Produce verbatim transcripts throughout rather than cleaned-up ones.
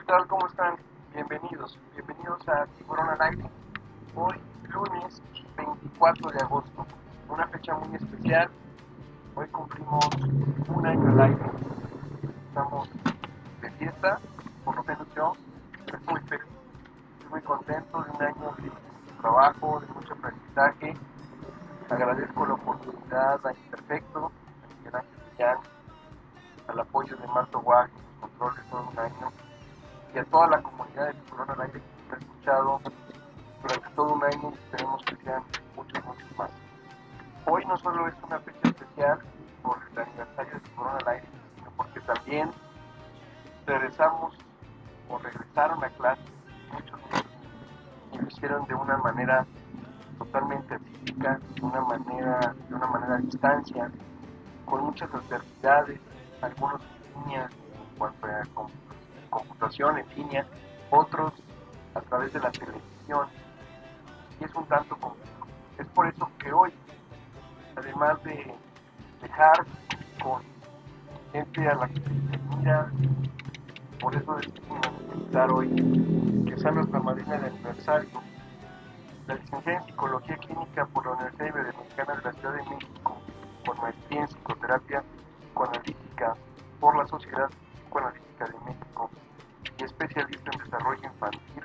tal? ¿Cómo están? Bienvenidos, bienvenidos a Tiburón al Aire. Hoy, lunes veinticuatro de agosto, una fecha muy especial. Hoy cumplimos un año al aire. Estamos de fiesta, por lo menos yo. Estoy muy feliz, estoy muy contento de un año de mucho trabajo, de mucho aprendizaje. Agradezco la oportunidad a Imperfecto, a Miguel Ángel Millán, al apoyo de Marto Guag en los controles todo un año, y a toda la comunidad de Tiburón al Aire que me ha escuchado durante todo un año y esperemos que sean muchos, muchos más. Hoy no solo es una fecha especial por el aniversario de Tiburón al Aire, sino porque también regresamos o regresaron a clase muchos niños y lo hicieron de una manera totalmente física, de una manera, de una manera a distancia, con muchas adversidades, algunos en línea en cuanto a computación en línea, otros a través de la televisión, y es un tanto complejo. Es por eso que hoy, además de dejar con gente a la que se mira, por eso decidimos invitar hoy, que sea nuestra madrina de aniversario, la licenciada en Psicología Clínica por la Universidad Iberoamericana de la Ciudad de México, con maestría en Psicoterapia Psicoanalítica por la Sociedad Psicoanalítica de México y especialista en desarrollo infantil,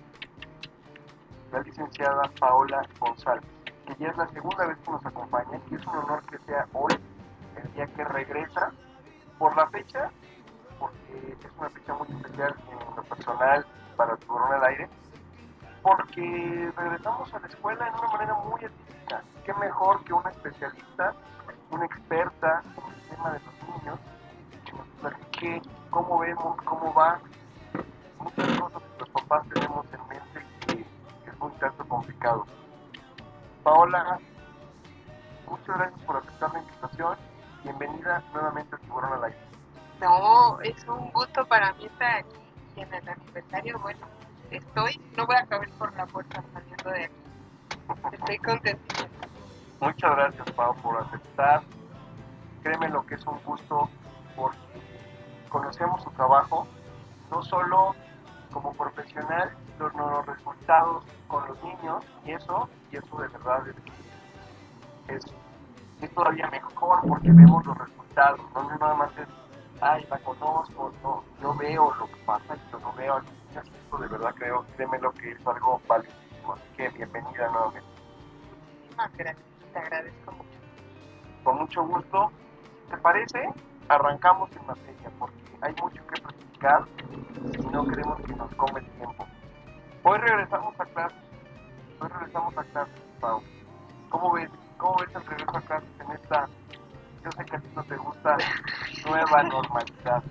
la licenciada Paola González, que ya es la segunda vez que nos acompaña, y es un honor que sea hoy, el día que regresa, por la fecha, porque es una fecha muy especial en lo personal para Tiburón al Aire, porque regresamos a la escuela en una manera muy atípica. Qué mejor que una especialista, una experta en el tema de los niños, que nos platique cómo vemos, cómo va, muchas cosas que los papás tenemos en mente que, que es un tanto complicado. Paola, muchas gracias por aceptar la invitación. Bienvenida nuevamente a Tiburón al Aire. No, es un gusto para mí estar aquí y en el aniversario, bueno, estoy, no voy a caber por la puerta saliendo de aquí. Estoy contentísima. Muchas gracias, Pau, por aceptar. Créeme lo que es un gusto, porque conocemos su trabajo, no solo como profesional, sino los resultados con los niños, y eso, y eso de verdad es que es, es todavía mejor porque vemos los resultados, no, no nada más es, ay, la conozco, no, yo veo lo que pasa y yo no veo a los niños, y eso de verdad creo, créeme lo que es algo valiosísimo, así que bienvenida nuevamente. Muchísimas gracias, te agradezco mucho. Con mucho gusto. ¿Te parece? Arrancamos en materia porque hay mucho que platicar y no queremos que nos come el tiempo. Hoy regresamos a clases. Hoy regresamos a clases, Pau. ¿Cómo ves? ¿Cómo ves el regreso a clases en esta, yo sé que a ti no te gusta, nueva normalidad?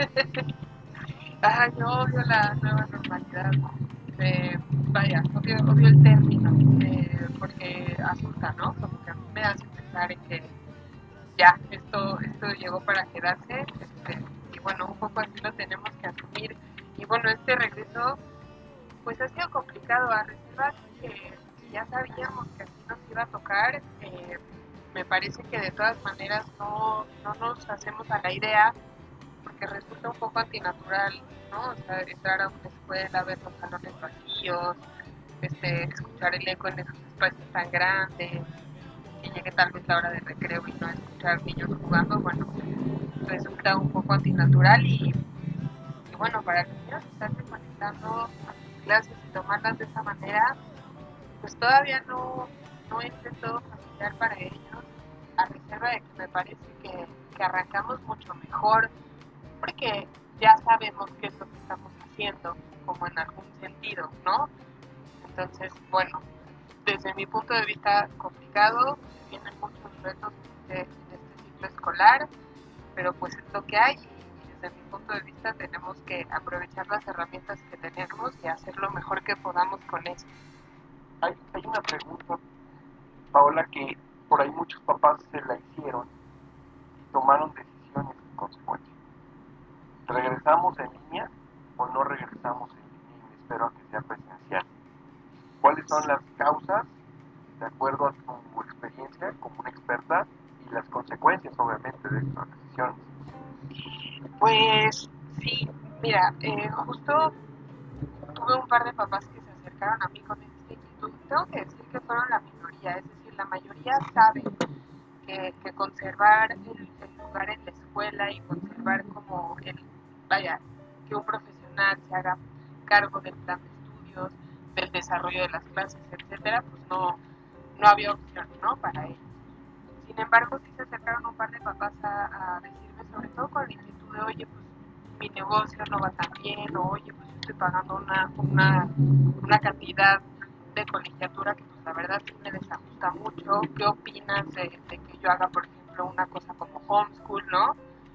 Ah, yo odio la nueva normalidad. Eh, vaya, odio, odio el término, eh, porque asusta, ¿no? Como que a mí me hace pensar en que ya, esto, esto llegó para quedarse, este, y bueno, un poco así lo tenemos que asumir. Y bueno, este regreso, pues ha sido complicado, a reserva que, que ya sabíamos que así nos iba a tocar. Eh, me parece que de todas maneras no, no nos hacemos a la idea, porque resulta un poco antinatural, ¿no? O sea, entrar a una escuela, ver los salones vacíos, este, escuchar el eco en esos espacios tan grandes, que llegue tal vez la hora de recreo y no escuchar niños jugando, bueno, resulta un poco antinatural y, y bueno, para los niños estarse conectando a sus clases y tomarlas de esa manera, pues todavía no, no es de todo familiar para ellos, a reserva de que me parece que, que arrancamos mucho mejor, porque ya sabemos qué es lo que estamos haciendo, como en algún sentido, ¿no? Entonces, bueno, desde mi punto de vista complicado, vienen muchos retos en este, en este ciclo escolar, pero pues es lo que hay y desde mi punto de vista tenemos que aprovechar las herramientas que tenemos y hacer lo mejor que podamos con eso. Hay, hay una pregunta, Paola, que por ahí muchos papás se la hicieron y tomaron decisiones en consecuencia. ¿Regresamos en línea o no regresamos en línea? Y espero que sea presencial. ¿Cuáles son las causas, de acuerdo a tu experiencia como una experta, y las consecuencias, obviamente, de estas decisiones? Pues sí, mira, eh, justo tuve un par de papás que se acercaron a mí con esta inquietud. Tengo que decir que fueron la minoría, es decir, la mayoría sabe que, que conservar el, el lugar en la escuela y conservar como el, vaya, que un profesional se haga cargo del plan de estudios, del desarrollo de las clases, etcétera, pues no, no había opción, ¿no? Para ellos. Sin embargo, sí se acercaron un par de papás a, a decirme, sobre todo con la inquietud de, oye, pues mi negocio no va tan bien, o oye, pues yo estoy pagando una, una, una cantidad de colegiatura que pues la verdad sí me desajusta mucho. ¿Qué opinas de, de que yo haga, por ejemplo, una cosa como homeschool, ¿no?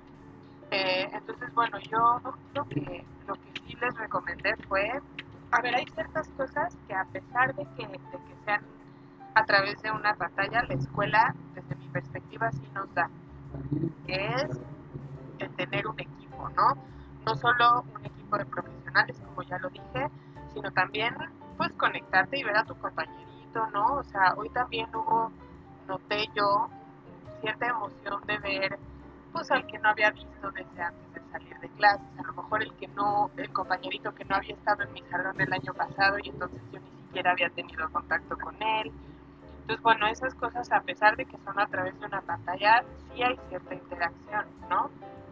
Eh, entonces, bueno, yo lo que, lo que sí les recomendé fue, a ver, hay ciertas cosas que a pesar de que, de que sean a través de una pantalla, la escuela, desde mi perspectiva, sí nos da, que es el tener un equipo, ¿no? No solo un equipo de profesionales, como ya lo dije, sino también, pues, conectarte y ver a tu compañerito, ¿no? O sea, hoy también hubo, noté yo, cierta emoción de ver, pues, al que no había visto desde antes de salir de clases, a lo mejor el que no, el compañerito que no había estado en mi salón el año pasado y entonces yo ni siquiera había tenido contacto con él. Entonces, bueno, esas cosas, a pesar de que son a través de una pantalla, sí hay cierta interacción, ¿no?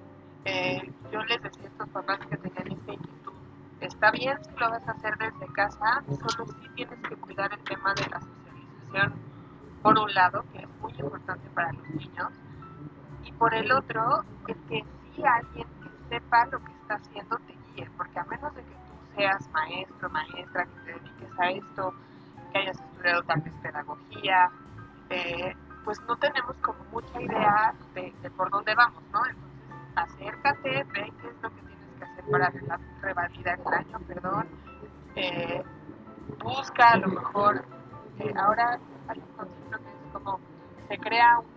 Eh, yo les decía a estos papás que tenían esta inquietud, está bien si lo vas a hacer desde casa, solo sí tienes que cuidar el tema de la socialización, por un lado, que es muy importante para los niños, y por el otro, el que sí alguien que sepa lo que está haciendo te guíe, porque a menos de que tú seas maestro, maestra, que te dediques a esto, que hayas estudiado tal vez pedagogía, eh, pues no tenemos como mucha idea de, de por dónde vamos, ¿no? Entonces, acércate, ve qué es lo que tienes que hacer para revalidar el año, perdón, eh, busca a lo mejor, eh, ahora hay un concepto que es como, se crea un,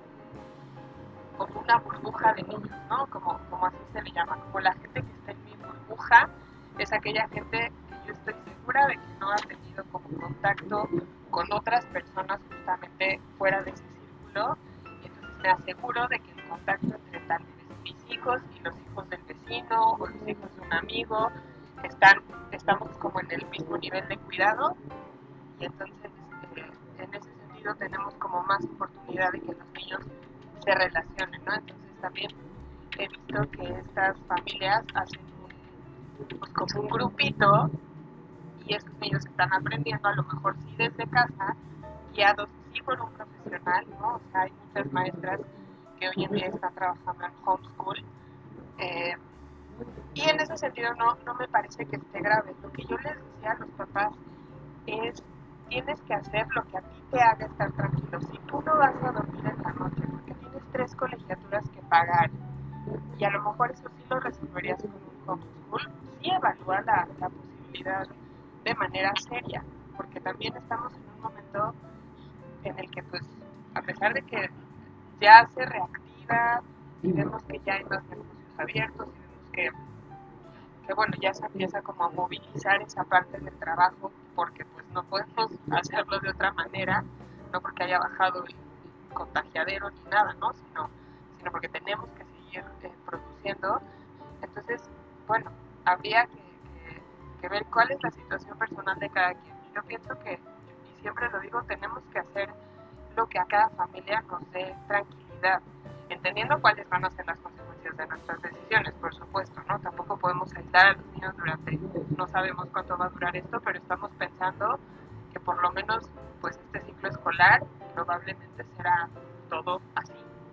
como una burbuja de niños, ¿no? Como, como así se le llama, como la gente que está en mi burbuja, es aquella gente que yo estoy segura de que no ha tenido como contacto con otras personas justamente fuera de ese círculo, y entonces me aseguro de que el contacto entre tal vez mis hijos y los hijos del vecino o los hijos de un amigo están, estamos como en el mismo nivel de cuidado, y entonces eh, en ese sentido tenemos como más oportunidad de que los niños se relacionen, ¿no? Entonces también he visto que estas familias hacen un, pues como un grupito, y esos niños están aprendiendo a lo mejor sí desde casa, guiados sí por un profesional, ¿no? O sea, hay muchas maestras que hoy en día están trabajando en homeschool, eh, y en ese sentido no, no me parece que esté grave. Lo que yo les decía a los papás es, tienes que hacer lo que a ti te haga estar tranquilo. Si tú no vas a dormir en la noche porque tienes tres colegiaturas que pagar, y a lo mejor eso sí lo resolverías con un homeschool, sí evalúa la, la posibilidad de manera seria, porque también estamos en un momento en el que, pues, a pesar de que ya se reactiva y vemos que ya hay más negocios abiertos y vemos que, que bueno, ya se empieza como a movilizar esa parte del trabajo, porque pues no podemos hacerlo de otra manera, no porque haya bajado el contagiadero ni nada, ¿no? Sino, sino porque tenemos que seguir eh, produciendo. Entonces, bueno, habría que, que, que ver cuál es la situación personal de cada quien. Yo pienso que, y siempre lo digo, tenemos que hacer lo que a cada familia nos dé tranquilidad, entendiendo cuáles van a ser las consecuencias de nuestras decisiones, por supuesto, ¿no? Tampoco podemos aislar a los niños durante, no sabemos cuánto va a durar esto, pero estamos pensando que por lo menos, pues, este ciclo escolar probablemente será todo así.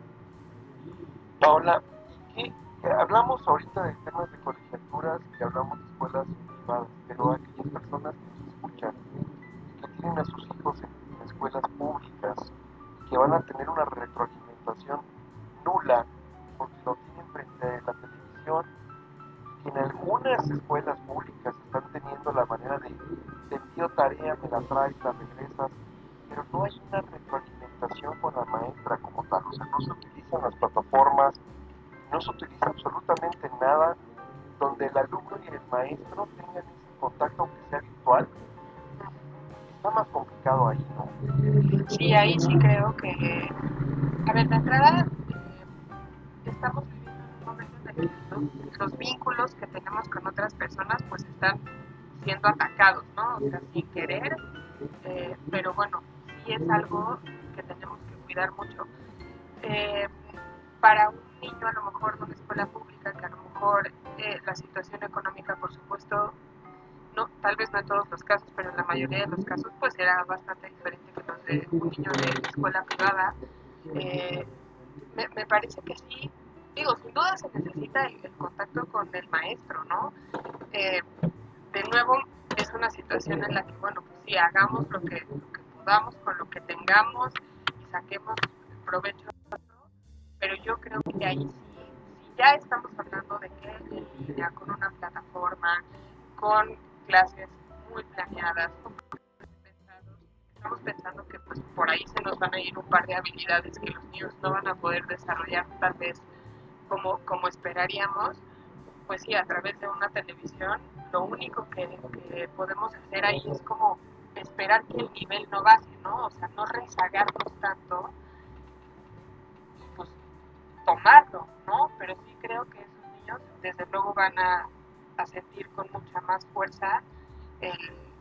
Paola, ¿y qué? Hablamos ahorita de temas de colegiaturas y hablamos de escuelas privadas, pero aquellas personas que nos escuchan y que tienen a sus hijos en, en escuelas públicas y que van a tener una retroalimentación nula porque lo tienen frente a la televisión, y que en algunas escuelas públicas están teniendo la manera de te envío tarea, me la traes, la regresas, pero no hay una retroalimentación con la maestra como tal, o sea, no se utilizan las plataformas, no se utiliza absolutamente nada donde el alumno y el maestro tengan ese contacto, aunque sea virtual. Está más complicado ahí, ¿no? Sí, ahí sí creo que, a ver, de entrada, eh, estamos viviendo en un momento en el que los, los vínculos que tenemos con otras personas pues están siendo atacados, ¿no? O sea, sin querer, eh, pero bueno, sí es algo que tenemos que cuidar mucho. Eh, para un niño a lo mejor de una escuela pública, que a lo mejor eh, la situación económica, por supuesto, no, tal vez no en todos los casos, pero en la mayoría de los casos, pues era bastante diferente que los de un niño de escuela privada. Eh, me, me parece que sí, digo, sin duda se necesita el, el contacto con el maestro, ¿no? Eh, de nuevo, es una situación en la que, bueno, pues sí, hagamos lo que, lo que podamos con lo que tengamos y saquemos provecho de eso, pero yo creo que ahí sí, si ya estamos hablando de que en línea, con una plataforma, con clases muy planeadas, con pensados, estamos pensando que pues por ahí se nos van a ir un par de habilidades que los niños no van a poder desarrollar tal vez como, como esperaríamos. Pues sí, a través de una televisión, lo único que, que podemos hacer ahí es como esperar que el nivel no baje, ¿no? O sea, no rezagarnos tanto y pues tomarlo, ¿no? Pero sí creo que esos niños desde luego van a, a sentir con mucha más fuerza el,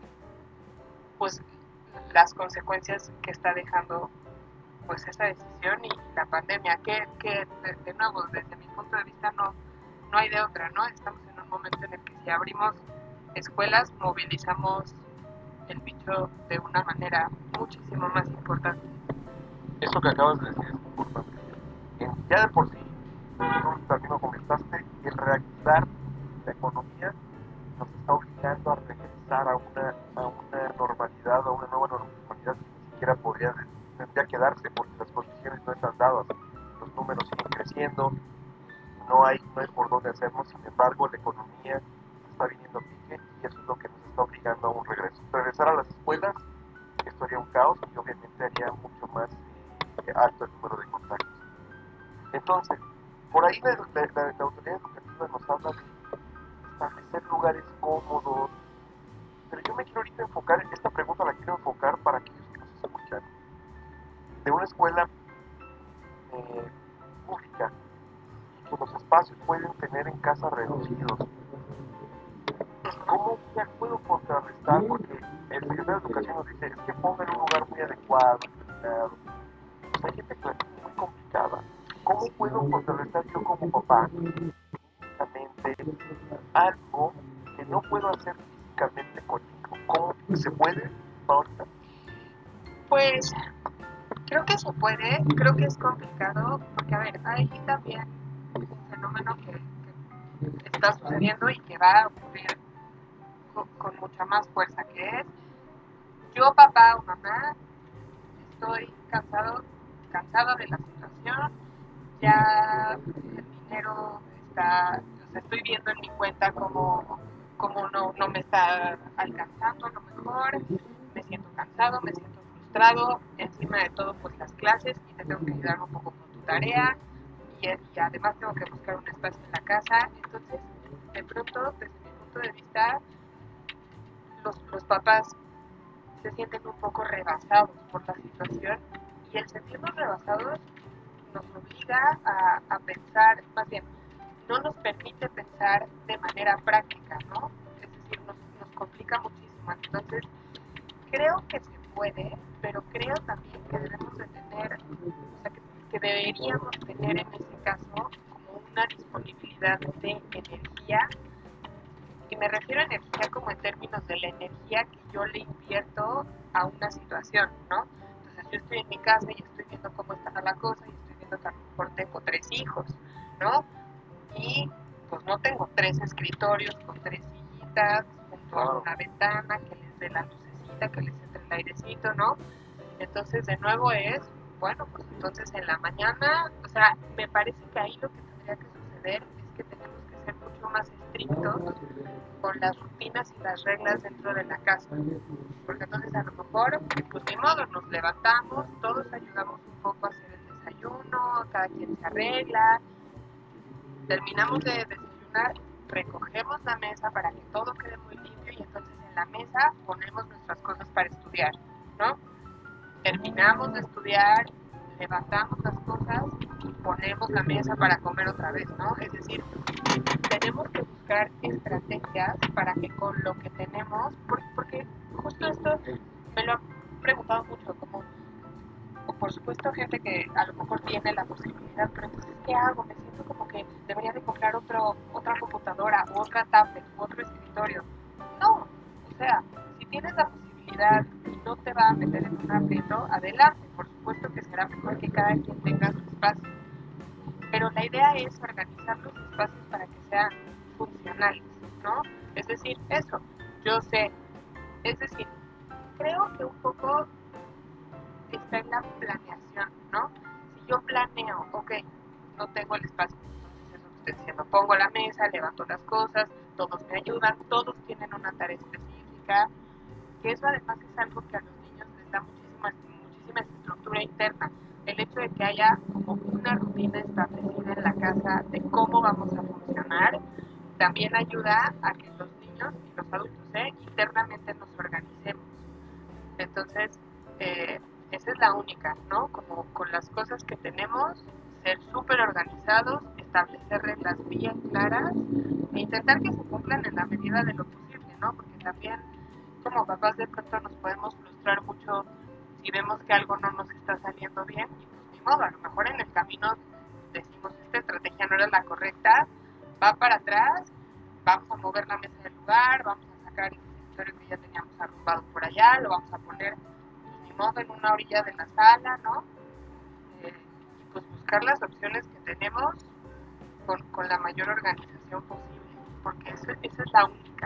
pues las consecuencias que está dejando pues esa decisión y la pandemia, que, que de, de nuevo, desde mi punto de vista no, no hay de otra, ¿no? Estamos en un momento en el que si abrimos escuelas, movilizamos el bicho de una manera muchísimo más importante. Eso que acabas de decir es importante. Ya de por sí, tú también lo comentaste, el reactivar la economía nos está obligando a regresar a una, a una normalidad, a una nueva normalidad que ni siquiera podría, tendría que darse porque las condiciones no están dadas. Los números siguen creciendo, no hay, no hay por dónde hacerlo, sin embargo la economía está viniendo a pique y eso es lo que nos está obligando a un regreso. Regresar a las escuelas, esto haría un caos y obviamente haría mucho más eh, alto el número de contagios. Entonces, por ahí la, la, la, la autoridad educativa nos habla de establecer lugares cómodos, pero yo me quiero ahorita enfocar, esta pregunta la quiero enfocar para aquellos que nos escuchan, de una escuela eh, pública y que los espacios pueden tener en casa reducidos. ¿Cómo ya puedo contrarrestar? Porque el secretario de Educación nos dice, es que ponga en un lugar muy adecuado, iluminado. Pues hay gente que la tiene muy complicada. ¿Cómo puedo contrarrestar yo como papá físicamente algo que no puedo hacer físicamente con mi hijo? ¿Cómo se puede, Paulina? Pues creo que se puede, creo que es complicado, porque a ver, hay también un fenómeno que, que está sucediendo y que va a ocurrir con, con mucha más fuerza, que es yo, papá o mamá, estoy cansado, cansada de la situación, ya el dinero está, o sea, estoy viendo en mi cuenta como, como no, no me está alcanzando a lo mejor, me siento cansado, me siento frustrado, encima de todo pues las clases y te tengo que ayudar un poco con tu tarea y, y además tengo que buscar un espacio en la casa, entonces de pronto desde mi punto de vista los, los papás se sienten un poco rebasados por la situación y el sentirnos rebasados nos obliga a, a pensar, más bien, no nos permite pensar de manera práctica, ¿no? Es decir, nos, nos complica muchísimo. Entonces, creo que se puede, pero creo también que debemos de tener, o sea, que, que deberíamos tener en ese caso como una disponibilidad de energía. Y me refiero a energía como en términos de la energía que yo le invierto a una situación, ¿no? Entonces yo estoy en mi casa y estoy viendo cómo está la cosa y estoy viendo que a lo mejor tengo tres hijos, ¿no? Y pues no tengo tres escritorios con tres sillitas junto a una ventana que les dé la lucecita, que les entre el airecito, ¿no? Entonces de nuevo es, bueno, pues entonces en la mañana, o sea, me parece que ahí lo que tendría que suceder es que tenemos que ser mucho más estrictos con las rutinas y las reglas dentro de la casa, porque entonces a lo mejor, pues ni modo, nos levantamos, todos ayudamos un poco a hacer el desayuno, cada quien se arregla, terminamos de desayunar, recogemos la mesa para que todo quede muy limpio y entonces en la mesa ponemos nuestras cosas para estudiar, ¿no? Terminamos de estudiar, levantamos las cosas y ponemos la mesa para comer otra vez, ¿no? Es decir, tenemos que buscar estrategias para que con lo que tenemos, porque justo esto me lo han preguntado mucho, como por supuesto gente que a lo mejor tiene la posibilidad, pero entonces ¿qué hago? Me siento como que debería de comprar otro, otra computadora u otra tablet u otro escritorio. No, o sea, si tienes la posibilidad y no te va a meter en un aprieto, adelante, por supuesto que será mejor que cada quien tenga su espacio, pero la idea es organizar los espacios para que sean funcionales, ¿no? Es decir, eso, yo sé, es decir, creo que un poco está en la planeación, ¿no? Si yo planeo, ok, no tengo el espacio, entonces eso que estoy diciendo, pongo la mesa, levanto las cosas, todos me ayudan, todos tienen una tarea específica, que eso además es algo que a los niños les da muchísima, muchísima estructura interna. El hecho de que haya como una rutina establecida en la casa de cómo vamos a funcionar, también ayuda a que los niños y los adultos ¿eh? internamente nos organicemos. Entonces, eh, esa es la única, ¿no? Como con las cosas que tenemos, ser súper organizados, establecer reglas bien claras e intentar que se cumplan en la medida de lo posible, ¿no? Porque también como papás de pronto nos podemos frustrar mucho si vemos que algo no nos está saliendo bien y pues ni modo, a lo mejor en el camino decimos esta estrategia no era la correcta, va para atrás, vamos a mover la mesa del lugar, vamos a sacar el escritorio que ya teníamos arrumbado por allá, lo vamos a poner pues ni modo en una orilla de la sala, ¿no? Eh, y pues buscar las opciones que tenemos con, con la mayor organización posible, porque eso, esa es la única.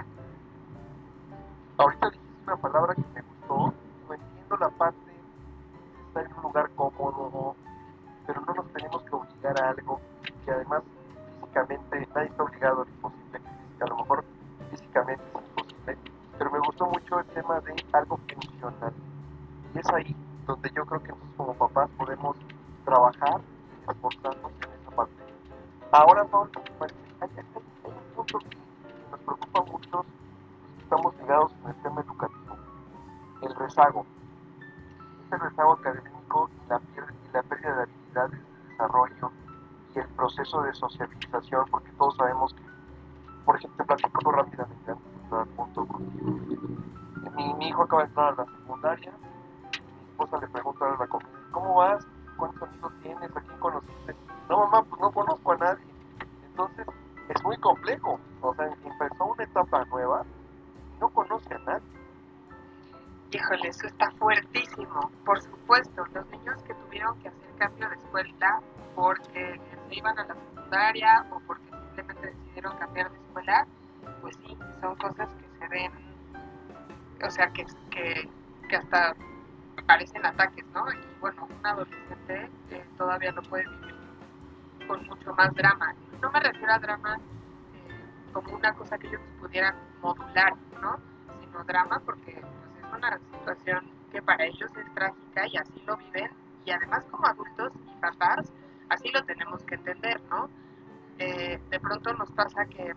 Ahorita dijiste una palabra que me gustó, no entiendo la parte de estar en un lugar cómodo, pero no nos tenemos que obligar a algo que además físicamente nadie está obligado a lo imposible, que a lo mejor físicamente es imposible, pero me gustó mucho el tema de algo funcional. Y es ahí donde yo creo que nosotros como papás podemos trabajar y esforzarnos en esa parte. Ahora, Paul, pues, hay, hay, hay un punto que, que nos preocupa mucho, estamos ligados en el tema educativo, el rezago. Ese rezago académico y la, y la pérdida de habilidades de desarrollo y el proceso de sociabilización, porque todos sabemos que, por ejemplo, te platico rápidamente antes de entrar al punto contigo. Mi, mi hijo acaba de entrar a la secundaria, mi esposa le pregunta a la comida, ¿cómo vas? ¿Cuántos amigos tienes? ¿A quién conociste? No, mamá, pues no conozco a nadie. Entonces, es muy complejo. O sea, empezó una etapa nueva y no conoce a nadie. Híjole, eso está fuertísimo. Por supuesto, los niños que tuvieron que hacer cambio de escuela porque se iban a la secundaria o porque simplemente decidieron cambiar de escuela, pues sí, son cosas que se ven, o sea, que, que, que hasta parecen ataques, ¿no? Y bueno, un adolescente eh, todavía lo puede vivir con mucho más drama. No me refiero a drama eh, como una cosa que ellos pudieran modular, ¿no? Sino drama porque pues, es una situación que para ellos es trágica y así lo viven. Y además como adultos y papás, así lo tenemos que entender, ¿no? Eh, de pronto nos pasa que,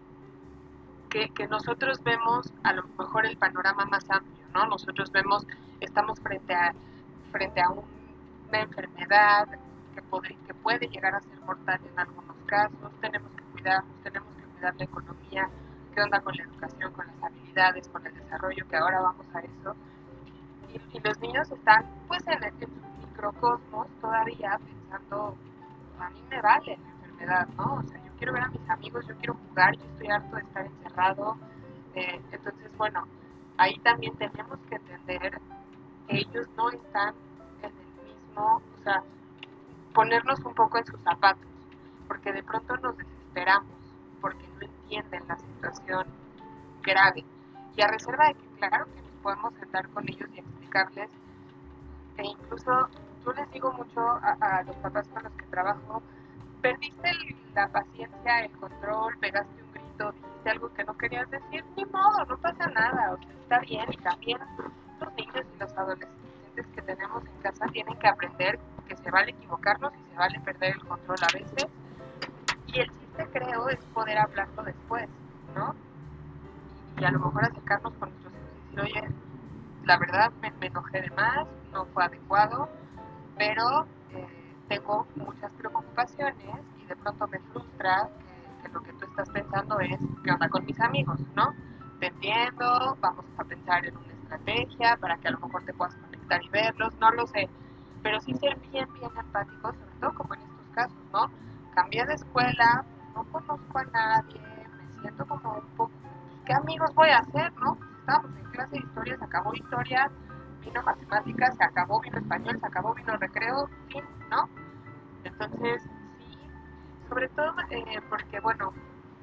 que, que nosotros vemos a lo mejor el panorama más amplio, ¿no? Nosotros vemos, estamos frente a, frente a un, una enfermedad que puede, que puede llegar a ser mortal en algunos casos, tenemos que cuidarnos, tenemos que cuidar la economía, qué onda con la educación, con las habilidades, con el desarrollo, que ahora vamos a eso. Y, y los niños están pues en, en su microcosmos todavía pensando, a mí me vale la enfermedad, ¿no? O sea, yo quiero ver a mis amigos, yo quiero jugar, yo estoy harto de estar encerrado. Eh, entonces, bueno, ahí también tenemos que entender que ellos no están en el mismo, o sea, ponernos un poco en sus zapatos, porque de pronto nos desesperamos, porque no entienden la situación grave. Y a reserva de que, claro, que nos podemos sentar con ellos y explicarles, e incluso yo les digo mucho a, a los papás con los que trabajo, perdiste el, la paciencia, el control, pegaste un grito, dijiste algo que no querías decir, ni modo, no pasa nada, o sea, está bien. Y también los niños y los adolescentes que tenemos en casa tienen que aprender que se vale equivocarnos y se vale perder el control a veces. Y el chiste, creo, es poder hablarlo después, ¿no? Y a lo mejor acercarnos con nuestros hijos y decir, oye, la verdad me, me enojé de más, no fue adecuado, pero tengo muchas preocupaciones y de pronto me frustra que, que lo que tú estás pensando es qué onda con mis amigos, ¿no? Te entiendo, vamos a pensar en una estrategia para que a lo mejor te puedas conectar y verlos, no lo sé, pero sí ser bien, bien empático, sobre todo como en estos casos, ¿no? Cambié de escuela, no conozco a nadie, me siento como un poco, ¿qué amigos voy a hacer, no? Estábamos en clase de historia, se acabó historia, vino matemáticas, se acabó, vino español, se acabó, vino recreo, fin, ¿no? Entonces, sí, sobre todo eh, porque, bueno,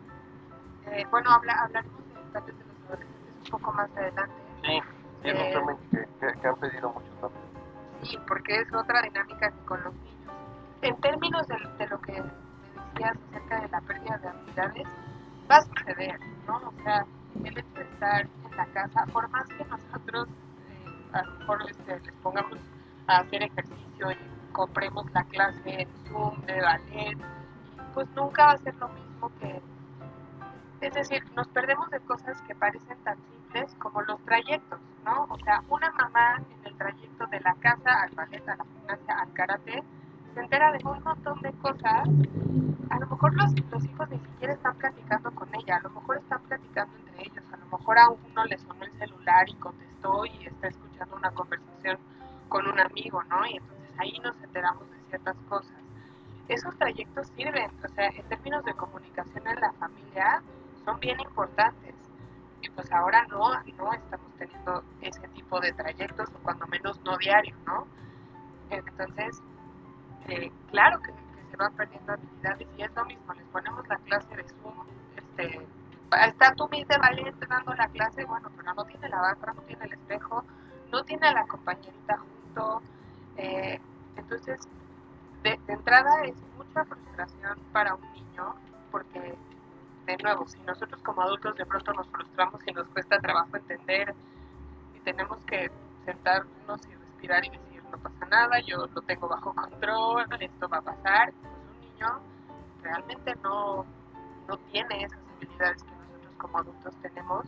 eh, bueno, habla, hablaremos de tal vez de los adolescentes un poco más adelante. Sí, sí, es un Eh, tema que, que, que han pedido mucho también. Sí, porque es otra dinámica que con los niños. En términos de, de lo que me decías acerca de la pérdida de habilidades, va a suceder, ¿no? O sea, el hecho de estar en la casa, por más que nosotros eh, a lo mejor este, les pongamos a hacer ejercicio y compremos la clase en Zoom de ballet, pues nunca va a ser lo mismo que... Es decir, nos perdemos de cosas que parecen tan simples como los trayectos, ¿no? O sea, una mamá en el trayecto de la casa al ballet, a la gimnasia, al karate, se entera de un montón de cosas. A lo mejor los, los hijos ni siquiera están platicando con ella, a lo mejor están platicando entre ellos, a lo mejor a uno le sonó el celular y contestó y está escuchando una conversación con un amigo, ¿no? Y entonces ahí nos enteramos de ciertas cosas. Esos trayectos sirven, o sea, en términos de comunicación en la familia, son bien importantes. Y pues ahora no, no estamos teniendo ese tipo de trayectos, o cuando menos no diario, ¿no? Entonces, eh, claro que, que se van perdiendo habilidades y es lo mismo, les ponemos la clase de Zoom, este, está tu mis de ballet dando la clase, bueno, pero no tiene la barra, no tiene el espejo, no tiene a la compañerita junto, eh, entonces, de, de entrada es mucha frustración para un niño, porque de nuevo, si nosotros como adultos de pronto nos frustramos y nos cuesta trabajo entender y tenemos que sentarnos y respirar y decir no pasa nada, yo lo tengo bajo control, esto va a pasar, pues un niño realmente no, no tiene esas habilidades que nosotros como adultos tenemos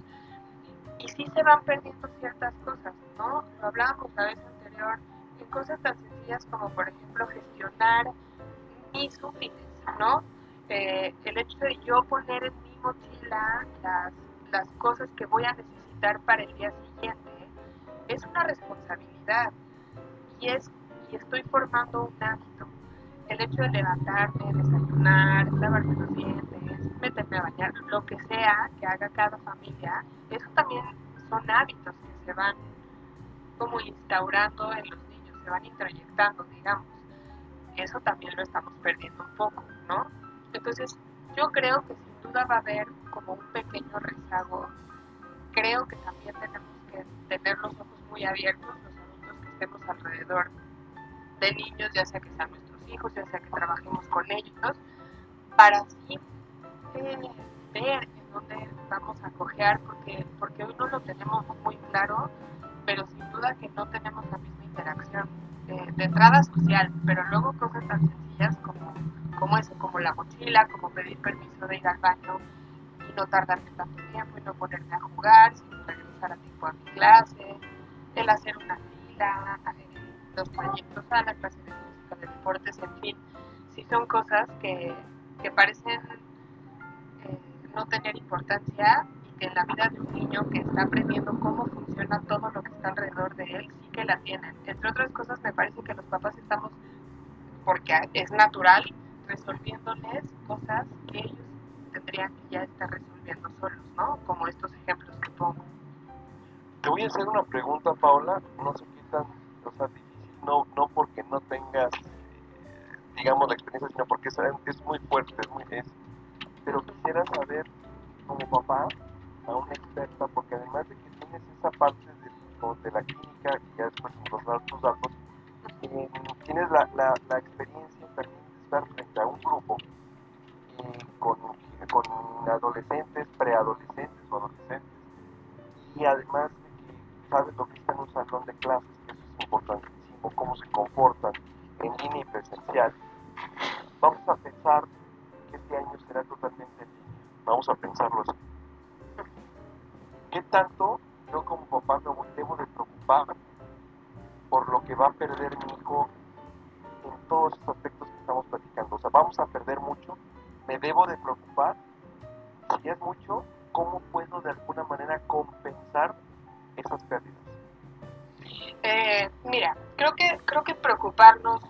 y sí se van perdiendo ciertas cosas, ¿no? Lo hablábamos la vez anterior en cosas tan sencillas como por ejemplo gestionar mis útiles, ¿no? Eh, el hecho de yo poner en mi mochila las, las cosas que voy a necesitar para el día siguiente es una responsabilidad y, es, y estoy formando un hábito. El hecho de levantarme, desayunar, lavarme los dientes, meterme a bañar, lo que sea que haga cada familia, eso también son hábitos que se van como instaurando en los niños, se van introyectando, digamos. Eso también lo estamos perdiendo un poco, ¿no? Entonces, yo creo que sin duda va a haber como un pequeño rezago. Creo que también tenemos que tener los ojos muy abiertos, los adultos que estemos alrededor de niños, ya sea que sean nuestros hijos, ya sea que trabajemos con ellos, para así eh, ver en dónde vamos a cojear, porque, porque hoy no lo tenemos muy claro, pero sin duda que no tenemos la misma interacción de, de entrada social, pero luego cosas tan sencillas como, como eso, como la mochila, como pedir permiso de ir al baño y no tardarme tanto tiempo y no ponerme a jugar, sino regresar a tiempo a mi clase, el hacer una fila, eh, los proyectos a la clase de música, de deportes, en fin, sí son cosas que, que parecen eh, no tener importancia y que en la vida de un niño que está aprendiendo cómo funciona todo lo que está alrededor de él, sí que la tienen. Entre otras cosas, me parece que los papás estamos, porque es natural, resolviéndoles cosas que ellos tendrían que ya estar resolviendo solos, ¿no? Como estos ejemplos que pongo. Te voy a hacer una pregunta, Paola, no sé qué tan, o sea, difícil, no, no porque no tengas, eh, digamos, la experiencia, sino porque es, es muy fuerte, es muy, es, pero quisiera saber, como papá, a una experta, porque además de que tienes esa parte de, de la clínica, y ya después nos vas a dar tus datos, eh, tienes la, la, la experiencia también de estar frente a un grupo eh, con, con adolescentes, preadolescentes o adolescentes, y además de que sabes lo que está en un salón de clases, que eso es importantísimo, cómo se comportan en línea y presencial. Vamos a pensar que este año será totalmente en línea, vamos a pensarlo así. ¿Qué tanto yo como papá me debo de preocupar por lo que va a perder mi hijo en todos esos aspectos? estamos platicando. O sea, vamos a perder mucho, me debo de preocupar. Si es mucho, ¿cómo puedo de alguna manera compensar esas pérdidas? Eh, mira, creo que creo que preocuparnos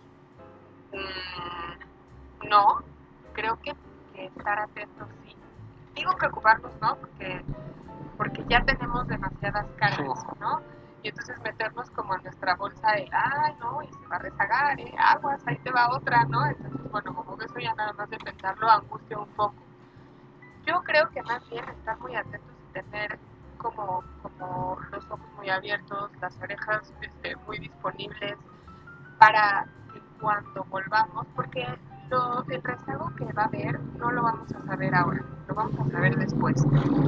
mmm, no, creo que, que estar atentos sí. Digo preocuparnos no, porque porque ya tenemos demasiadas cargas, ¿no? Y entonces meternos como en nuestra bolsa de, ay, no, y se va a rezagar, ¿eh? Aguas, ahí te va otra, ¿no? Entonces, bueno, como que eso ya nada más de pensarlo angustia un poco. Yo creo que más bien estar muy atentos y tener como, como los ojos muy abiertos, las orejas este, muy disponibles para que cuando volvamos, porque lo, el rezago que va a haber no lo vamos a saber ahora, lo vamos a saber después.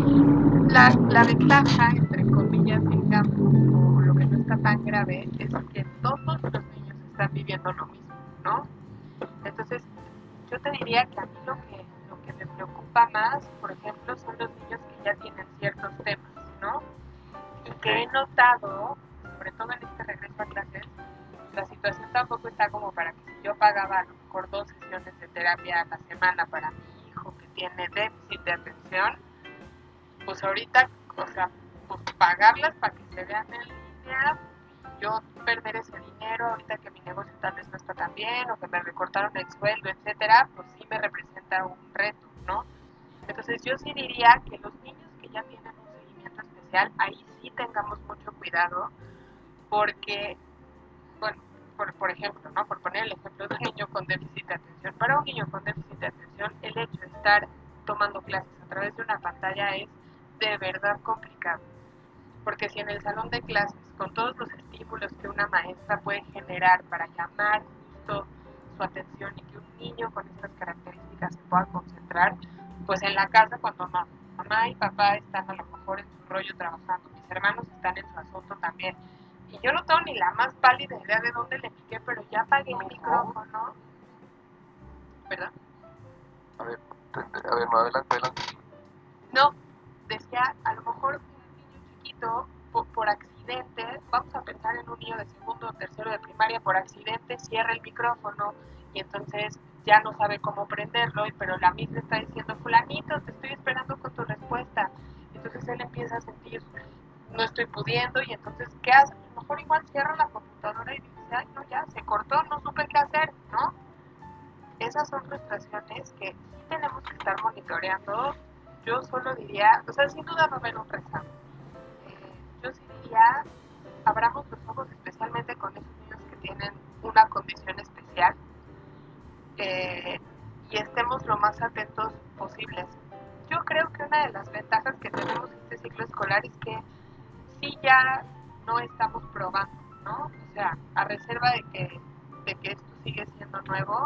La, la ventaja, entre comillas, digamos, o lo que no está tan grave, es que todos los niños están viviendo lo mismo, ¿no? Entonces, yo te diría que a mí lo que, lo que me preocupa más, por ejemplo, son los niños que ya tienen ciertos temas, ¿no? Y que he notado, sobre todo en este regreso a clases, la situación tampoco está como para que si yo pagaba a lo mejor dos sesiones de terapia a la semana para mi hijo que tiene déficit de atención, pues ahorita, o sea, pues pagarlas para que se vean en línea, yo perder ese dinero ahorita que mi negocio tal vez no está tan bien o que me recortaron el sueldo, etcétera, pues sí me representa un reto, ¿no? Entonces yo sí diría que los niños que ya tienen un seguimiento especial, ahí sí tengamos mucho cuidado, porque, bueno, por, por ejemplo, ¿no? Por poner el ejemplo de un niño con déficit de atención, para un niño con déficit de atención, el hecho de estar tomando clases a través de una pantalla es de verdad complicado, porque si en el salón de clases, con todos los estímulos que una maestra puede generar para llamar justo su atención y que un niño con estas características se pueda concentrar, pues en la casa cuando no, mamá y papá están a lo mejor en su rollo trabajando, mis hermanos están en su asunto también, y yo no tengo ni la más pálida idea de dónde le piqué, pero ya apagué el micrófono, ¿verdad? A ver, a ver, no, adelante, adelante. No, decía, a lo mejor un niño chiquito, por, por accidente, vamos a pensar en un niño de segundo o tercero de primaria, por accidente cierra el micrófono y entonces ya no sabe cómo prenderlo, pero la misma está diciendo, fulanito, te estoy esperando con tu respuesta. Entonces él empieza a sentir, no estoy pudiendo, y entonces, ¿qué hace? A lo mejor igual cierra la computadora y dice, ay, no, ya, se cortó, no supe qué hacer, ¿no? Esas son frustraciones que sí tenemos que estar monitoreando. Yo solo diría, o sea, sin duda va a haber un rezago. Eh, yo sí diría, abramos los ojos especialmente con esos niños que tienen una condición especial eh, y estemos lo más atentos posibles. Yo creo que una de las ventajas que tenemos en este ciclo escolar es que sí ya no estamos probando, ¿no? O sea, a reserva de que, de que esto sigue siendo nuevo,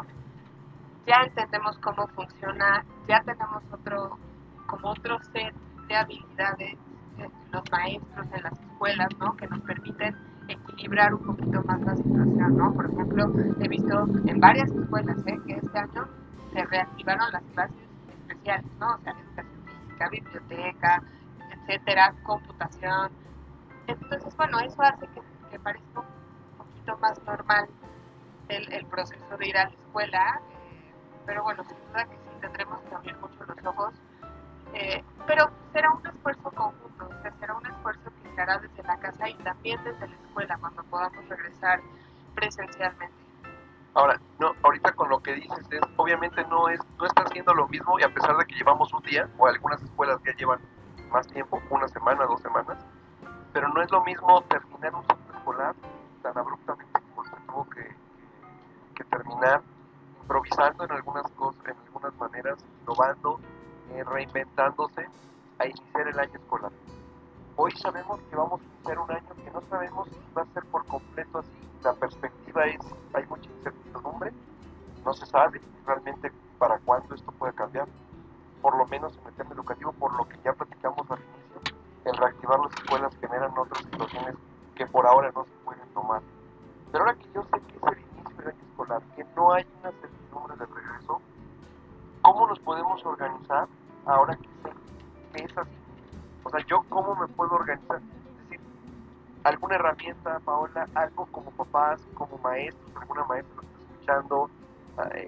ya entendemos cómo funciona, ya tenemos otro, como otro set de habilidades, eh, los maestros en las escuelas, ¿no? Que nos permiten equilibrar un poquito más la situación, ¿no? Por ejemplo, he visto en varias escuelas, ¿eh? Que este año se reactivaron las clases especiales, ¿no? O sea, educación física, biblioteca, etcétera, computación. Entonces, bueno, eso hace que, que parezca un poquito más normal el, el proceso de ir a la escuela, eh, pero bueno, sin duda que sí tendremos que abrir mucho los ojos, eh, pero será un esfuerzo conjunto, o sea, será un esfuerzo que se hará desde la casa y también desde la escuela cuando podamos regresar presencialmente. Ahora, no, ahorita con lo que dices es, obviamente no es, no está haciendo lo mismo, y a pesar de que llevamos un día, o algunas escuelas ya llevan más tiempo, una semana, dos semanas, pero no es lo mismo terminar un ciclo escolar tan abruptamente como se tuvo que, que, que terminar, improvisando en algunas cosas, en algunas maneras, innovando, eh, reinventándose, a iniciar el año escolar. Hoy sabemos que vamos a iniciar un año que no sabemos si va a ser por completo así. La perspectiva es, hay mucha incertidumbre, no se sabe realmente para cuándo esto puede cambiar, por lo menos en el tema educativo, por lo que ya platicamos al inicio, el reactivar las escuelas generan otras situaciones que por ahora no se pueden tomar. Pero ahora que yo sé que es el inicio del año escolar, que no hay una certidumbre de regreso, ¿cómo nos podemos organizar ahora que sé que es así? O sea, ¿yo cómo me puedo organizar? Es decir, alguna herramienta, Paola, algo como papás, como maestros, alguna maestra que está escuchando, eh,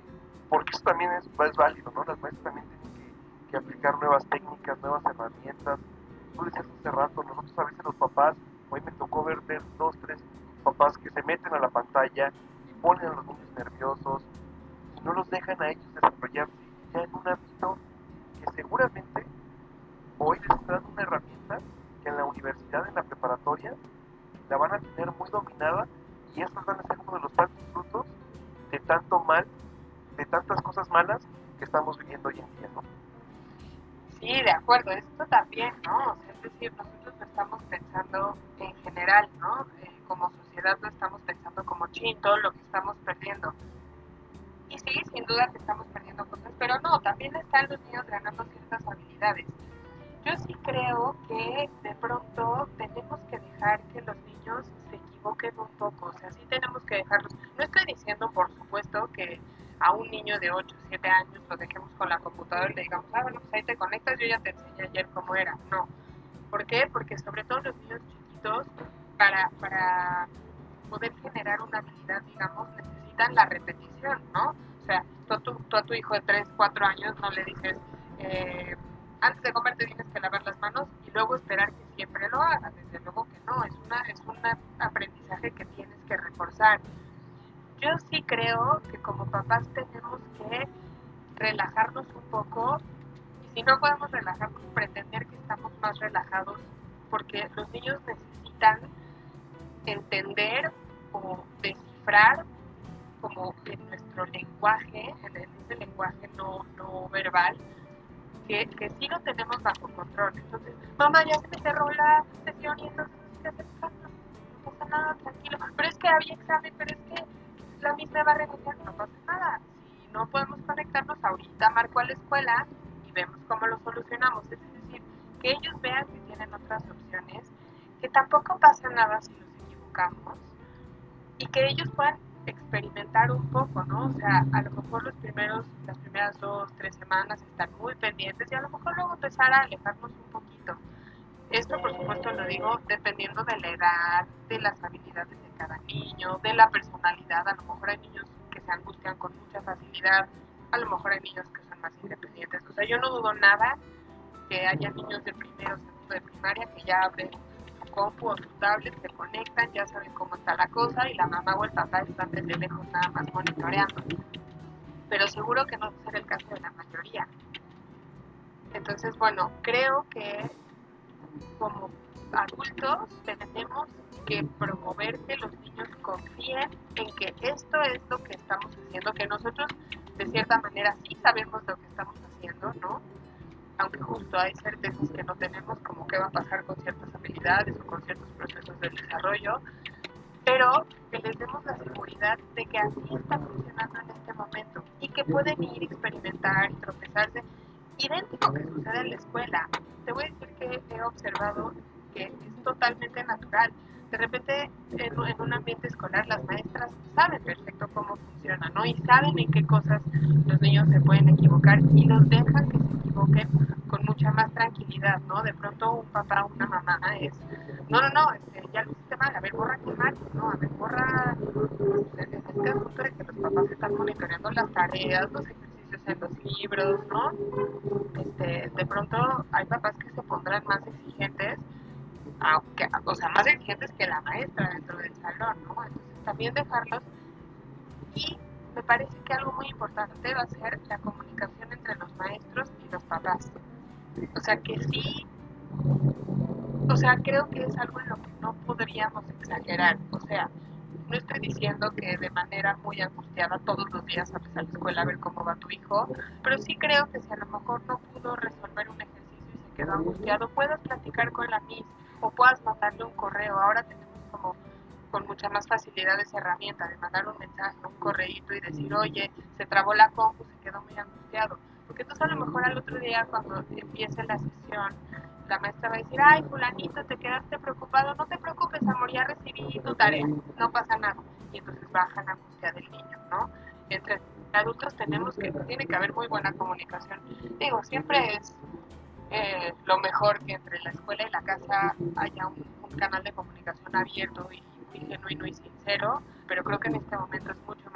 porque eso también es, es válido, ¿no? Las maestras también tienen que, que aplicar nuevas técnicas, nuevas herramientas. Tú decías hace rato, nosotros a veces los papás, hoy me tocó ver, ver dos, tres papás que se meten a la pantalla y ponen a los niños nerviosos y no los dejan a ellos desarrollarse ya en un ámbito que seguramente hoy les está dando una herramienta que en la universidad, en la preparatoria, la van a tener muy dominada y estos van a ser uno de los tantos frutos de tanto mal, de tantas cosas malas que estamos viviendo hoy en día, ¿no? Sí, de acuerdo, esto también, ¿no? O sea, es decir, nosotros lo estamos pensando en general, ¿no? Eh, como sociedad lo estamos pensando como chin, todo lo que estamos perdiendo. Y sí, sin duda que estamos perdiendo cosas, pero no, también están los niños ganando ciertas habilidades. Yo sí creo que de pronto tenemos que dejar que los niños se equivoquen un poco, o sea, sí tenemos que dejarlos. No estoy diciendo, por supuesto, que a un niño de ocho o siete años lo dejemos con la computadora y le digamos, ah, bueno, pues ahí te conectas, yo ya te enseñé ayer cómo era. No. ¿Por qué? Porque sobre todo los niños chiquitos, para, para poder generar una habilidad, digamos, necesitan la repetición, ¿no? O sea, tú, tú, tú a tu hijo de tres, cuatro años no le dices, eh, antes de comer te tienes que lavar las manos y luego esperar que siempre lo haga. Desde luego que no, es una es un aprendizaje que tienes que reforzar. Yo sí creo que como papás tenemos que relajarnos un poco y si no podemos relajarnos, pretender que estamos más relajados porque los niños necesitan entender o descifrar como en nuestro lenguaje, en ese lenguaje no, no verbal, que, que sí lo tenemos bajo control. Entonces, mamá, ya se me cerró la sesión y entonces ¿qué hacer? No pasa nada, tranquilo. Pero es que había examen, pero es que la misma va a renunciar, no pasa nada. Si no podemos conectarnos ahorita, marco a la escuela y vemos cómo lo solucionamos. Es decir, que ellos vean que tienen otras opciones, que tampoco pasa nada si nos equivocamos y que ellos puedan experimentar un poco, ¿no? O sea, a lo mejor los primeros, las primeras dos, tres semanas están muy pendientes y a lo mejor luego empezar a alejarnos un poquito. Esto, por supuesto, lo digo dependiendo de la edad, de las habilidades de cada niño, de la personalidad. A lo mejor hay niños que se angustian con mucha facilidad, a lo mejor hay niños que son más independientes. O sea, yo no dudo nada que haya niños de primero, segundo de primaria que ya abren su compu o su tablet, se conectan, ya saben cómo está la cosa y la mamá o el papá están desde lejos nada más monitoreando. Pero seguro que no va a ser el caso de la mayoría. Entonces, bueno, creo que como adultos tenemos que promover que los niños confíen en que esto es lo que estamos haciendo, que nosotros de cierta manera sí sabemos lo que estamos haciendo, ¿no? Aunque justo hay certezas que no tenemos, como qué va a pasar con ciertas habilidades o con ciertos procesos de desarrollo, pero que les demos la seguridad de que así está funcionando en este momento y que pueden ir, experimentar y tropezarse. Idéntico que sucede en la escuela. Te voy a decir que he observado que es totalmente natural. De repente, en, en un ambiente escolar, las maestras saben perfecto cómo funciona, ¿no? Y saben en qué cosas los niños se pueden equivocar y los dejan que se equivoquen con mucha más tranquilidad, ¿no? De pronto un papá o una mamá es, no, no, no, este, ya lo hiciste mal, a ver, borra qué mal, no, a ver, borra, en este asunto de que los papás están monitoreando las tareas, los ejercicios en los libros, ¿no? Este, de pronto hay papás que se pondrán más exigentes, aunque, o sea, más exigentes que la maestra dentro del salón, ¿no? Entonces también dejarlos y me parece que algo muy importante va a ser la comunicación entre los maestros y los papás. O sea, que sí, o sea, creo que es algo en lo que no podríamos exagerar. O sea, no estoy diciendo que de manera muy angustiada todos los días sales a la escuela a ver cómo va tu hijo, pero sí creo que si a lo mejor no pudo resolver un ejercicio y se quedó angustiado, puedas platicar con la Miss o puedas mandarle un correo. Ahora tenemos como con mucha más facilidad esa herramienta de mandar un mensaje, un correíto y decir, oye, se trabó la compu, se quedó muy angustiado. Porque entonces a lo mejor al otro día cuando empiece la sesión, la maestra va a decir, ay, fulanito, te quedaste preocupado, no te preocupes, amor, ya recibí tu tarea, no pasa nada. Y entonces baja la angustia del niño, ¿no? Entre adultos tenemos que, tiene que haber muy buena comunicación. Digo, siempre es eh, lo mejor que entre la escuela y la casa haya un, un canal de comunicación abierto y muy genuino y sincero, pero creo que en este momento es mucho más importante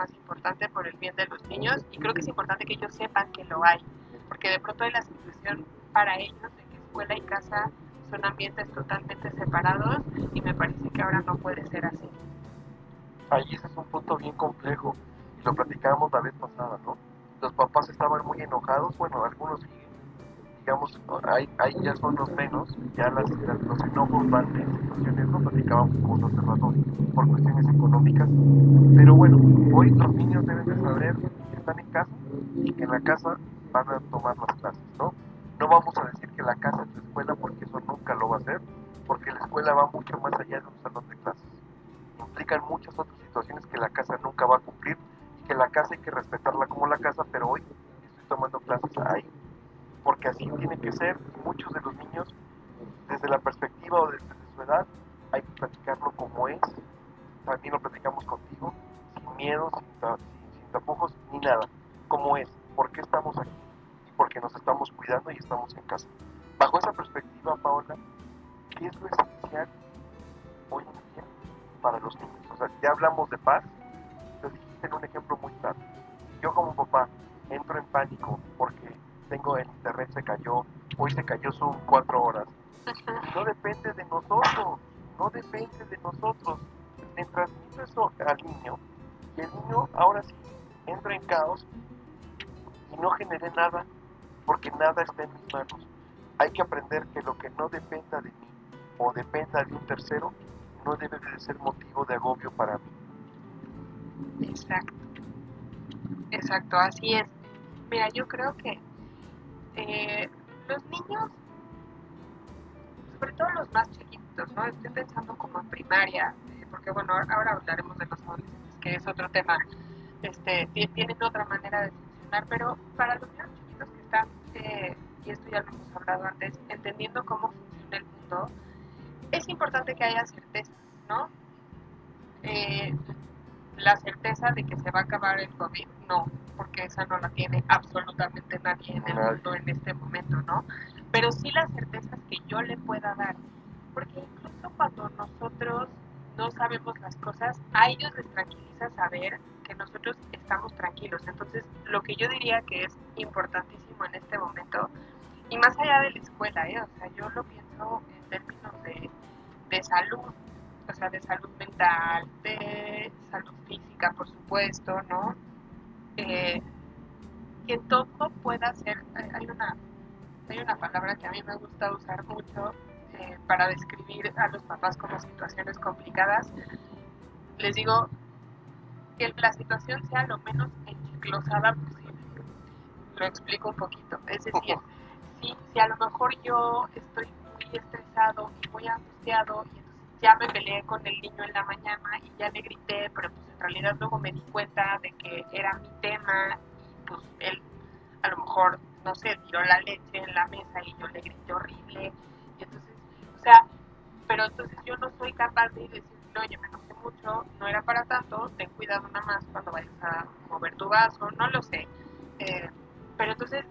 importante por el bien de los niños y creo que es importante que ellos sepan que lo hay, porque de pronto hay la situación para ellos de que escuela y casa son ambientes totalmente separados y me parece que ahora no puede ser así. Ahí ese es un punto bien complejo y lo platicábamos la vez pasada, ¿no? Los papás estaban muy enojados, bueno, algunos siguen, digamos, ahí, ahí ya son los menos, ya las, las, los enojos van en situaciones, no platicábamos cosas hace rato por cuestiones económicas, pero bueno, hoy los niños deben de saber que están en casa y que en la casa van a tomar las clases, ¿no? No vamos a decir que la casa es la escuela porque eso nunca lo va a hacer, porque la escuela va mucho más allá de un salón de clases. Implican muchas otras situaciones que la casa nunca va a cumplir y que la casa hay que respetarla como la casa, pero hoy estoy tomando clases ahí, porque así tiene que ser. Muchos de los niños, desde la perspectiva o desde su edad, hay que platicarlo como es. También lo platicamos contigo, sin miedo, sin, ta- sin, sin tapujos, ni nada, como es, por qué estamos aquí y porque nos estamos cuidando y estamos en casa. Bajo esa perspectiva, Paola, ¿qué es lo esencial hoy en día para los niños? O sea, ya hablamos de paz, lo dijiste en un ejemplo muy claro. Si yo como papá entro en pánico porque tengo el internet se cayó, hoy se cayó Zoom cuatro horas, no depende de nosotros, no depende de nosotros. Le transmito eso al niño y el niño ahora sí entra en caos y no generé nada porque nada está en mis manos. Hay que aprender que lo que no dependa de mí o dependa de un tercero no debe de ser motivo de agobio para mí. Exacto, exacto, así es. Mira, yo creo que eh, los niños, sobre todo los más chiquitos, ¿no? Estoy pensando como en primaria, eh, porque bueno, ahora hablaremos de los adolescentes, que es otro tema, este, tienen otra manera de funcionar, pero para los niños chiquitos que están, eh, y esto ya lo hemos hablado antes, entendiendo cómo funciona el mundo, es importante que haya certeza, ¿no? Eh, la certeza de que se va a acabar el COVID, no, porque esa no la tiene absolutamente nadie en el mundo en este momento, ¿no? Pero sí las certezas que yo le pueda dar, porque incluso cuando nosotros no sabemos las cosas, a ellos les tranquiliza saber que nosotros estamos tranquilos. Entonces, lo que yo diría que es importantísimo en este momento, y más allá de la escuela, ¿eh? O sea, yo lo pienso en términos de, de salud, o sea, de salud mental, de salud física, por supuesto, ¿no? Eh, que todo pueda ser, hay una, hay una palabra que a mí me gusta usar mucho eh, para describir a los papás como situaciones complicadas. Les digo que la situación sea lo menos enchiclosada posible. Lo explico un poquito. Es decir, si, si a lo mejor yo estoy muy estresado y muy angustiado y ya me peleé con el niño en la mañana y ya le grité, pero pues en realidad luego me di cuenta de que era mi tema y pues él a lo mejor, no sé, tiró la leche en la mesa y yo le grité horrible. Y entonces, o sea, pero entonces yo no soy capaz de decir, oye, me enojé mucho, no era para tanto, ten cuidado nada más cuando vayas a mover tu vaso, no lo sé. Eh, pero entonces,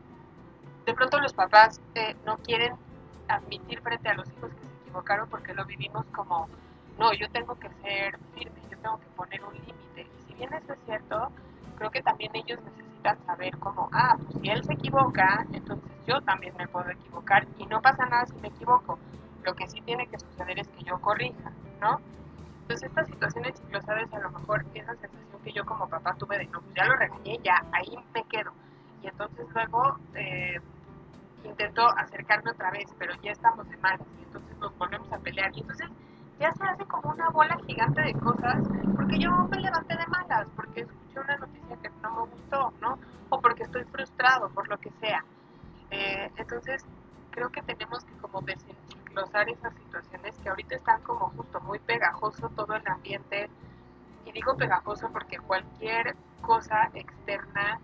de pronto los papás eh, no quieren admitir frente a los hijos que se equivocaron porque lo vivimos como, no, yo tengo que ser firme, yo tengo que poner un límite. Y si bien eso es cierto, creo que también ellos necesitan saber como, ah, pues si él se equivoca, entonces yo también me puedo equivocar y no pasa nada si me equivoco. Lo que sí tiene que suceder es que yo corrija, ¿no? Entonces estas situaciones chiclosas, a lo mejor esa sensación que yo como papá tuve de, no, pues ya lo regañé, ya, ahí me quedo. Y entonces luego eh, intento acercarme otra vez, pero ya estamos de malas y entonces nos volvemos a pelear y entonces ya se hace como una bola gigante de cosas porque yo me levanté de malas, porque escuché una noticia que no me gustó, ¿no? O porque estoy frustrado, por lo que sea. Eh, entonces creo que tenemos que como desenchiclosar esas situaciones que ahorita están como justo muy pegajoso todo el ambiente, y digo pegajoso porque cualquier cosa externa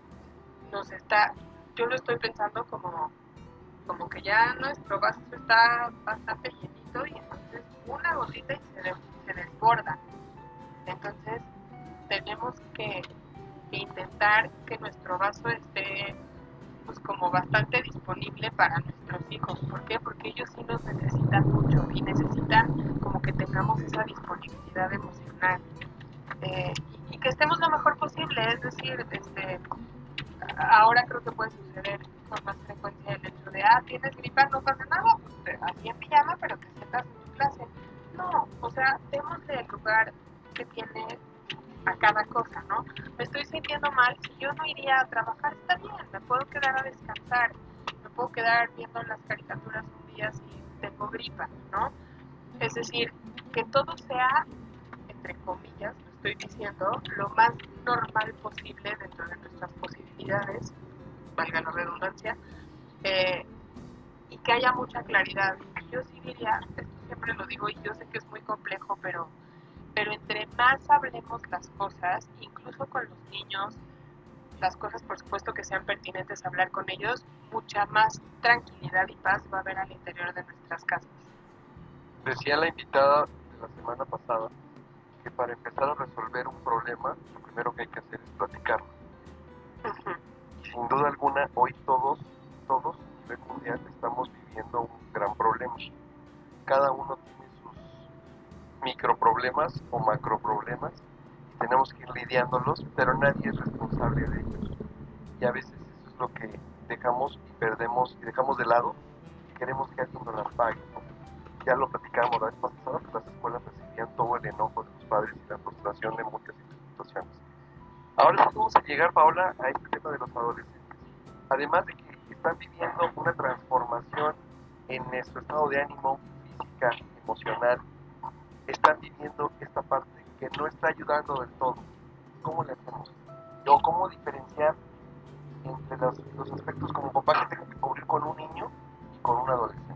nos está, yo lo estoy pensando como, como que ya nuestro vaso está bastante llenito y entonces una gotita y se, de, se desborda. Entonces tenemos que, que intentar que nuestro vaso esté pues como bastante disponible para nuestros hijos. ¿Por qué? Porque ellos sí nos necesitan mucho y necesitan como que tengamos esa disponibilidad emocional eh, y, y que estemos lo mejor posible Es decir, este, ahora creo que puede suceder con más frecuencia el hecho de, ah, tienes gripa, no pasa nada, pues te, así en pijama, pero te sientas en tu clase. No, o sea, démosle el lugar que tiene a cada cosa, ¿no? Me estoy sintiendo mal, si yo no iría a trabajar, está bien, me puedo quedar a descansar, me puedo quedar viendo las caricaturas un día si tengo gripa, ¿no? Es decir, que todo sea, entre comillas, lo estoy diciendo, lo más normal posible dentro de nuestras posibilidades, valga la redundancia, eh, y que haya mucha claridad. Yo sí diría, esto siempre lo digo y yo sé que es muy complejo, pero, pero entre más hablemos las cosas, incluso con los niños, las cosas por supuesto que sean pertinentes hablar con ellos, mucha más tranquilidad y paz va a haber al interior de nuestras casas. Decía la invitada de la semana pasada que para empezar a resolver un problema, lo primero que hay que hacer es platicarlo. Uh-huh. Sin duda alguna, hoy todos, todos a nivel mundial estamos viviendo un gran problema. Cada uno tiene sus microproblemas o macroproblemas y tenemos que ir lidiándolos, pero nadie es responsable de ellos. Y a veces eso es lo que dejamos y perdemos y dejamos de lado y queremos que alguien nos las pague, ¿no? Ya lo platicábamos la vez pasada, que las escuelas recibían todo el enojo de los padres y la frustración de muchas situaciones. Ahora sí vamos a llegar, Paola, a este tema de los adolescentes. Además de que están viviendo una transformación en nuestro estado de ánimo, física, emocional, están viviendo esta parte que no está ayudando del todo. ¿Cómo le hacemos? O cómo diferenciar entre los, los aspectos como papá que tengo que cubrir con un niño y con un adolescente.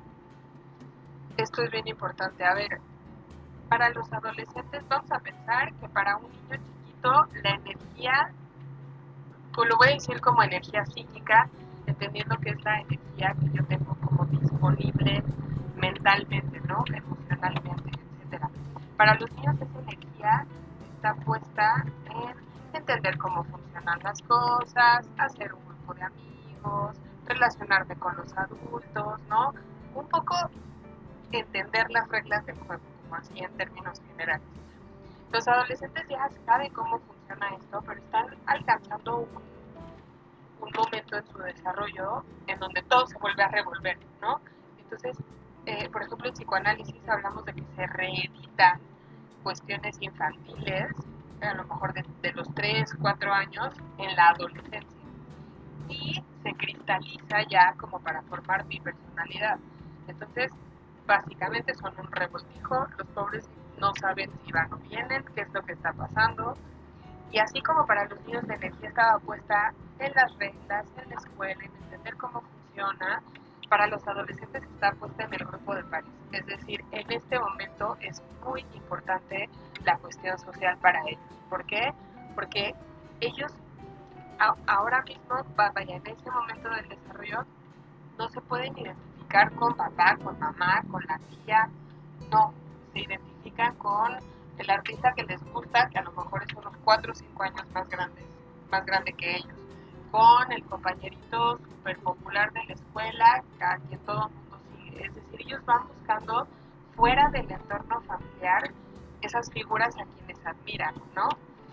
Esto es bien importante. A ver, para los adolescentes vamos a pensar que para un niño chiquito la energía, pues lo voy a decir como energía psíquica, entendiendo que es la energía que yo tengo como disponible mentalmente, ¿no? Emocionalmente, etcétera. Para los niños esa energía está puesta en entender cómo funcionan las cosas, hacer un grupo de amigos, relacionarme con los adultos, ¿no? Un poco entender las reglas del juego, como así en términos generales. Los adolescentes ya saben cómo funciona esto, pero están alcanzando un, un momento en su desarrollo en donde todo se vuelve a revolver, ¿no? Entonces, eh, por ejemplo, en psicoanálisis hablamos de que se reeditan cuestiones infantiles, a lo mejor de, de los tres, cuatro años, en la adolescencia. Y se cristaliza ya como para formar mi personalidad. Entonces, básicamente son un revoltijo, los pobres no saben si van o vienen, qué es lo que está pasando. Y así como para los niños la energía estaba puesta en las reglas, en la escuela, en entender cómo funciona, para los adolescentes está puesta en el grupo de pares. Es decir, en este momento es muy importante la cuestión social para ellos. ¿Por qué? Porque ellos a, ahora mismo, vaya, en este momento del desarrollo, no se pueden identificar con papá, con mamá, con la tía, no, se identifican con el artista que les gusta, que a lo mejor es unos cuatro o cinco años más grande, más grande que ellos, con el compañerito súper popular de la escuela, a quien todo el mundo sigue. Es decir, ellos van buscando fuera del entorno familiar esas figuras a quienes admiran, ¿no?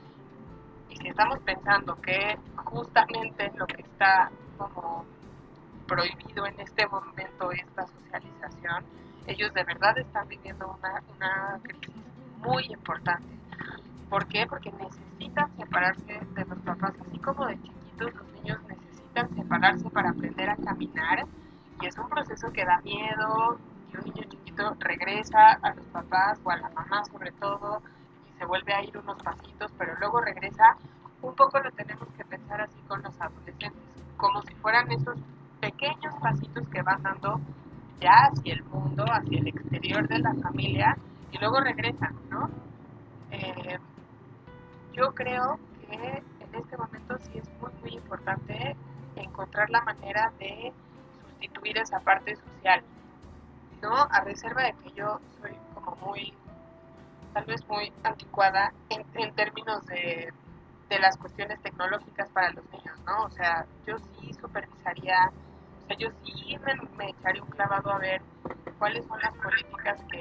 Y si estamos pensando que justamente lo que está como prohibido en este momento es la socialización, ellos de verdad están viviendo una, una crisis muy importante. ¿Por qué? Porque necesitan separarse de los papás, así como de chiquitos los niños necesitan separarse para aprender a caminar, y es un proceso que da miedo, y un niño chiquito regresa a los papás o a la mamá sobre todo, y se vuelve a ir unos pasitos, pero luego regresa. Un poco lo tenemos que pensar así con los adolescentes, como si fueran esos pequeños pasitos que van dando ya hacia el mundo, hacia el exterior de la familia, y luego regresan, ¿no? Eh, yo creo que en este momento sí es muy, muy importante encontrar la manera de sustituir esa parte social, ¿no? A reserva de que yo soy como muy, tal vez muy anticuada en, en términos de, de las cuestiones tecnológicas para los niños, ¿no? O sea, yo sí supervisaría, o sea, yo sí me, me echaría un clavado a ver cuáles son las políticas que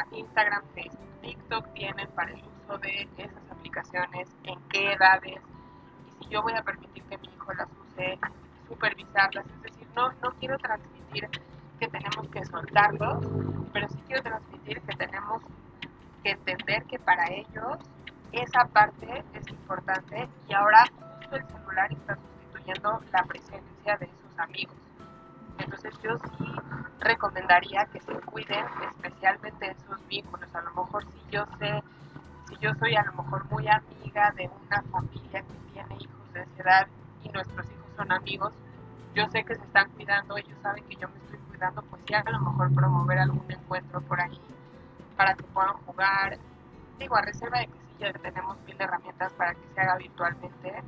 Instagram, Facebook, TikTok tienen para el uso de esas aplicaciones, en qué edades, yo voy a permitir que mi hijo las use, supervisarlas, es decir, no, no quiero transmitir que tenemos que soltarlos, pero sí quiero transmitir que tenemos que entender que para ellos esa parte es importante y ahora justo el celular está sustituyendo la presencia de sus amigos. Entonces yo sí recomendaría que se cuiden especialmente esos vínculos. A lo mejor si yo sé, si yo soy a lo mejor muy amiga de una familia que tiene hijos de esa edad y nuestros hijos son amigos, yo sé que se están cuidando, ellos saben que yo me estoy cuidando, pues sí, a lo mejor promover algún encuentro por ahí para que puedan jugar. Digo, a reserva de que sí, ya tenemos mil herramientas para que se haga virtualmente,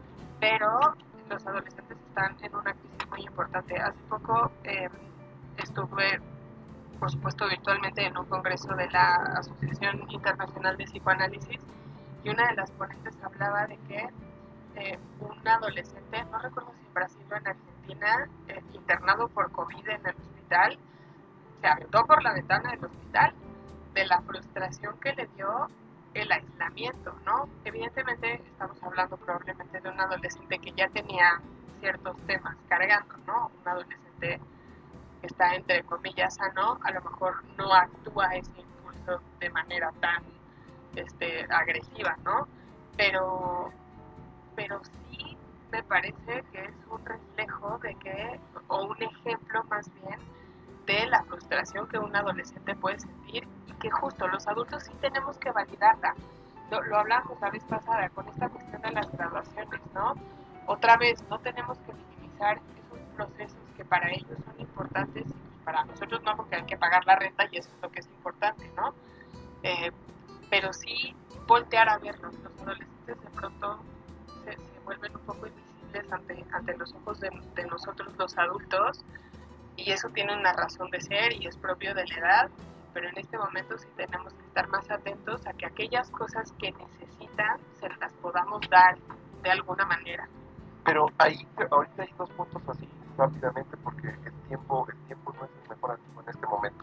pero los adolescentes están en una crisis muy importante. Hace poco eh, estuve, por supuesto, virtualmente en un congreso de la Asociación Internacional de Psicoanálisis y una de las ponentes hablaba de que eh, un adolescente, no recuerdo si en Brasil o en Argentina, eh, internado por COVID en el hospital, se aventó por la ventana del hospital de la frustración que le dio el aislamiento, ¿no? Evidentemente estamos hablando probablemente de un adolescente que ya tenía ciertos temas cargando, ¿no? Un adolescente que está entre comillas sano, a lo mejor no actúa ese impulso de manera tan este, agresiva, ¿no? Pero, pero sí me parece que es un reflejo de que, o un ejemplo más bien, de la frustración que un adolescente puede sentir y que justo los adultos sí tenemos que validarla. Lo, lo hablamos la vez pasada con esta cuestión de las graduaciones, ¿no? Otra vez, no tenemos que minimizar esos procesos que para ellos son importantes y para nosotros no, porque hay que pagar la renta y eso es lo que es importante, ¿no? Eh, pero sí voltear a verlos. Los adolescentes de pronto se, se vuelven un poco invisibles ante, ante los ojos de, de nosotros los adultos. Y eso tiene una razón de ser y es propio de la edad, pero en este momento sí tenemos que estar más atentos a que aquellas cosas que necesitan se las podamos dar de alguna manera. Pero ahí, ahorita hay dos puntos así rápidamente porque el tiempo, el tiempo no es el mejor amigo en este momento.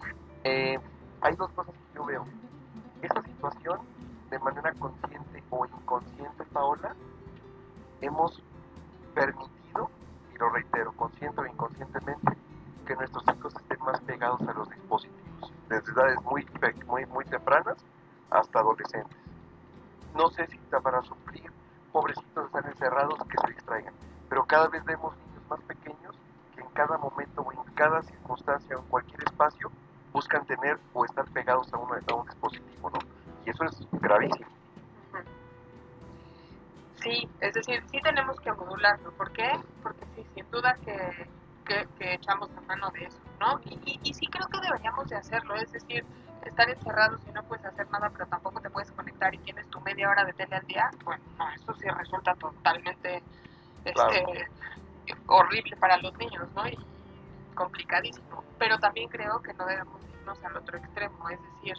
Eh, hay dos cosas que yo veo. Esta situación, de manera consciente o inconsciente, Paola, hemos permitido, y lo reitero, consciente o inconscientemente, que nuestros hijos estén más pegados a los dispositivos, desde edades muy, muy, muy tempranas hasta adolescentes. No sé si está para suplir, pobrecitos están encerrados, que se distraigan, pero cada vez vemos niños más pequeños que en cada momento o en cada circunstancia o en cualquier espacio buscan tener o estar pegados a, una, a un dispositivo, ¿no? Y eso es gravísimo. Sí, es decir, sí tenemos que modularlo. ¿Por qué? Porque sí, sin duda que, que, que echamos la mano de eso, ¿no? Y, y, y sí creo que deberíamos de hacerlo, es decir, estar encerrados y no puedes hacer nada, pero tampoco te puedes conectar y tienes tu media hora de tele al día, bueno, no, eso sí resulta totalmente este, claro. horrible para los niños, ¿no? Y complicadísimo. Pero también creo que no debemos irnos al otro extremo, es decir,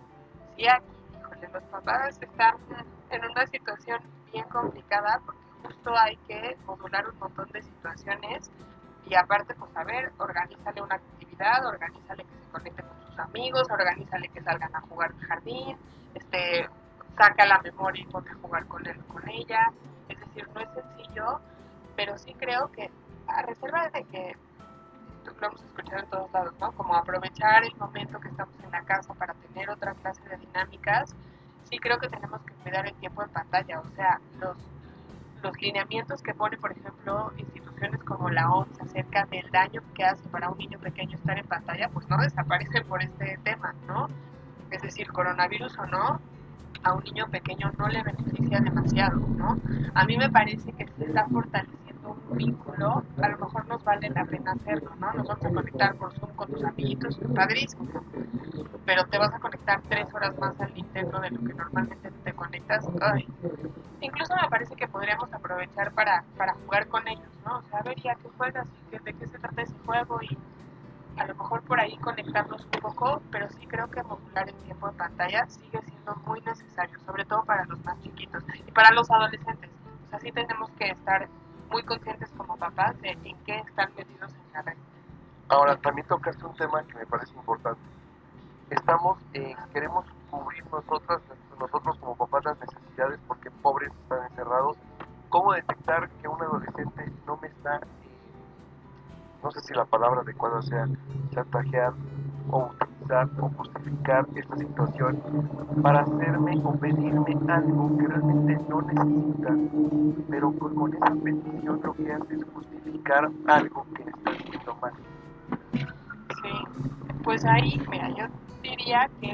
si aquí, híjole, los papás están en una situación bien complicada porque justo hay que modular un montón de situaciones y aparte, pues a ver, organízale una actividad, organízale que se conecte con sus amigos, organízale que salgan a jugar al jardín, este, saca la memoria y ponte a jugar con él o con ella. Es decir, no es sencillo, pero sí creo que a reserva de que lo hemos escuchado en todos lados, ¿no? Como aprovechar el momento que estamos en la casa para tener otra clase de dinámicas, sí creo que tenemos que cuidar el tiempo en pantalla, o sea, los, los lineamientos que pone, por ejemplo, instituciones como la O M S acerca del daño que hace para un niño pequeño estar en pantalla, pues no desaparecen por este tema, ¿no? Es decir, coronavirus o no, a un niño pequeño no le beneficia demasiado, ¿no? A mí me parece que se está fortaleciendo un vínculo, a lo mejor nos vale la pena hacerlo, ¿no? Nos vamos a conectar por Zoom con tus amiguitos, padrísimo, pero te vas a conectar tres horas más al Nintendo de lo que normalmente te conectas. Ay. Incluso me parece que podríamos aprovechar para, para jugar con ellos, ¿no? O sea, a ver ya qué juegas, de qué se trata ese juego y a lo mejor por ahí conectarnos un poco, pero sí creo que modular el tiempo en pantalla sigue siendo muy necesario, sobre todo para los más chiquitos y para los adolescentes. O sea, sí tenemos que estar muy conscientes como papás de en qué están metidos en la red. Ahora, también tocaste un tema que me parece importante. Estamos, eh, queremos cubrir nosotras, nosotros como papás las necesidades porque pobres están encerrados ¿Cómo detectar que un adolescente no me está, eh, no sé si la palabra adecuada sea chantajear o utilizar o justificar esta situación para hacerme o pedirme algo que realmente no necesita, pero con, con esa petición lo que hace es justificar algo que le está haciendo mal? Sí, pues ahí, mira, yo diría que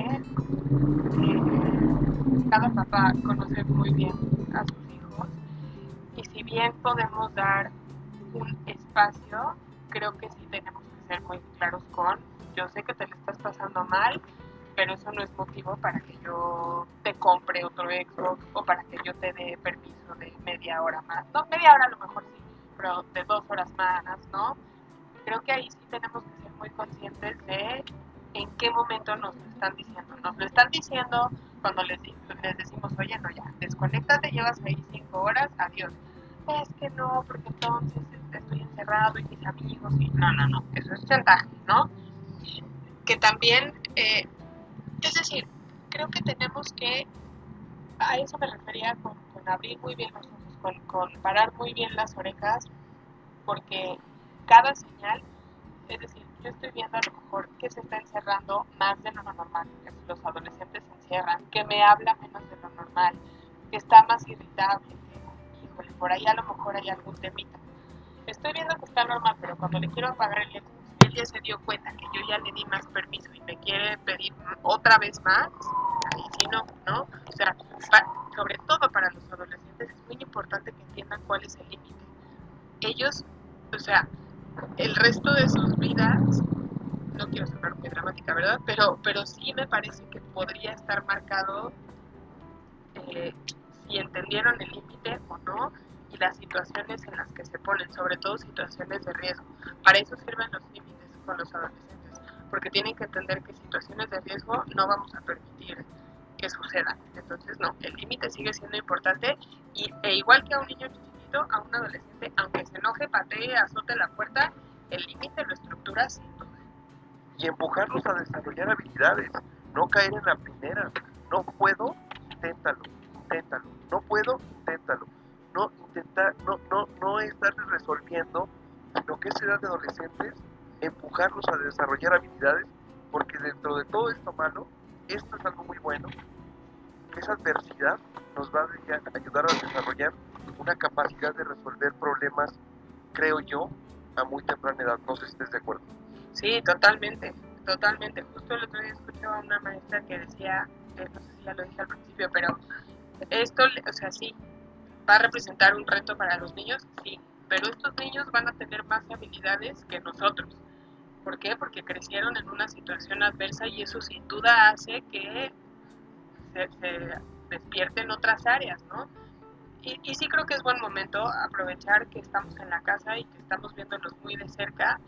eh, cada papá conoce muy bien a sus hijos y si bien podemos dar un espacio, creo que sí tenemos que ser muy claros con, yo sé que te lo estás pasando mal, pero eso no es motivo para que yo te compre otro Xbox o para que yo te dé permiso de media hora más. No, media hora a lo mejor sí, pero de dos horas más, ¿no? Creo que ahí sí tenemos que ser muy conscientes de en qué momento nos lo están diciendo. Nos lo están diciendo cuando les, les decimos, oye, no, ya, desconéctate, llevas ahí cinco horas, adiós. Es que no, porque entonces estoy encerrado y mis amigos, y no, no, no, eso es chantaje, ¿no? Que también, eh, es decir, creo que tenemos que, a eso me refería con, con abrir muy bien los ojos, con, con parar muy bien las orejas, porque cada señal, es decir, yo estoy viendo a lo mejor que se está encerrando más de lo normal, que los adolescentes se encierran, que me habla menos de lo normal, que está más irritable, que, híjole, por ahí a lo mejor hay algún temita. Estoy viendo que está normal, pero cuando le quiero apagar el Xbox, él ya se dio cuenta que yo ya le di más permiso y me quiere pedir otra vez más, ahí sí no, ¿no? O sea, pa, sobre todo para los adolescentes es muy importante que entiendan cuál es el límite. Ellos, o sea, el resto de sus vidas, no quiero sonar muy dramática, ¿verdad? Pero, pero sí me parece que podría estar marcado eh, si entendieron el límite o no y las situaciones en las que se ponen, sobre todo situaciones de riesgo. Para eso sirven los límites con los adolescentes, porque tienen que entender que situaciones de riesgo no vamos a permitir que sucedan. Entonces, no, el límite sigue siendo importante y, e igual que a un niño chiquito, a un adolescente, aunque se enoje, patee, azote la puerta, el límite lo estructura sin duda. Y empujarlos a desarrollar habilidades, no caer en la primera. No puedo, inténtalo, inténtalo. No puedo, inténtalo. No intentar, no, no, no estarles resolviendo, sino que es edad de adolescentes, empujarlos a desarrollar habilidades, porque dentro de todo esto malo, esto es algo muy bueno, que esa adversidad nos va a ayudar a desarrollar una capacidad de resolver problemas, creo yo, a muy temprana edad. No sé si estés de acuerdo. Sí, totalmente, totalmente. Justo el otro día escuché a una maestra que decía, eh, no sé si ya lo dije al principio, pero esto, o sea, sí, va a representar un reto para los niños, sí, pero estos niños van a tener más habilidades que nosotros. ¿Por qué? Porque crecieron en una situación adversa y eso sin duda hace que se, se despierten otras áreas, ¿no? Y, y sí creo que es buen momento aprovechar que estamos en la casa y que estamos viéndolos muy de cerca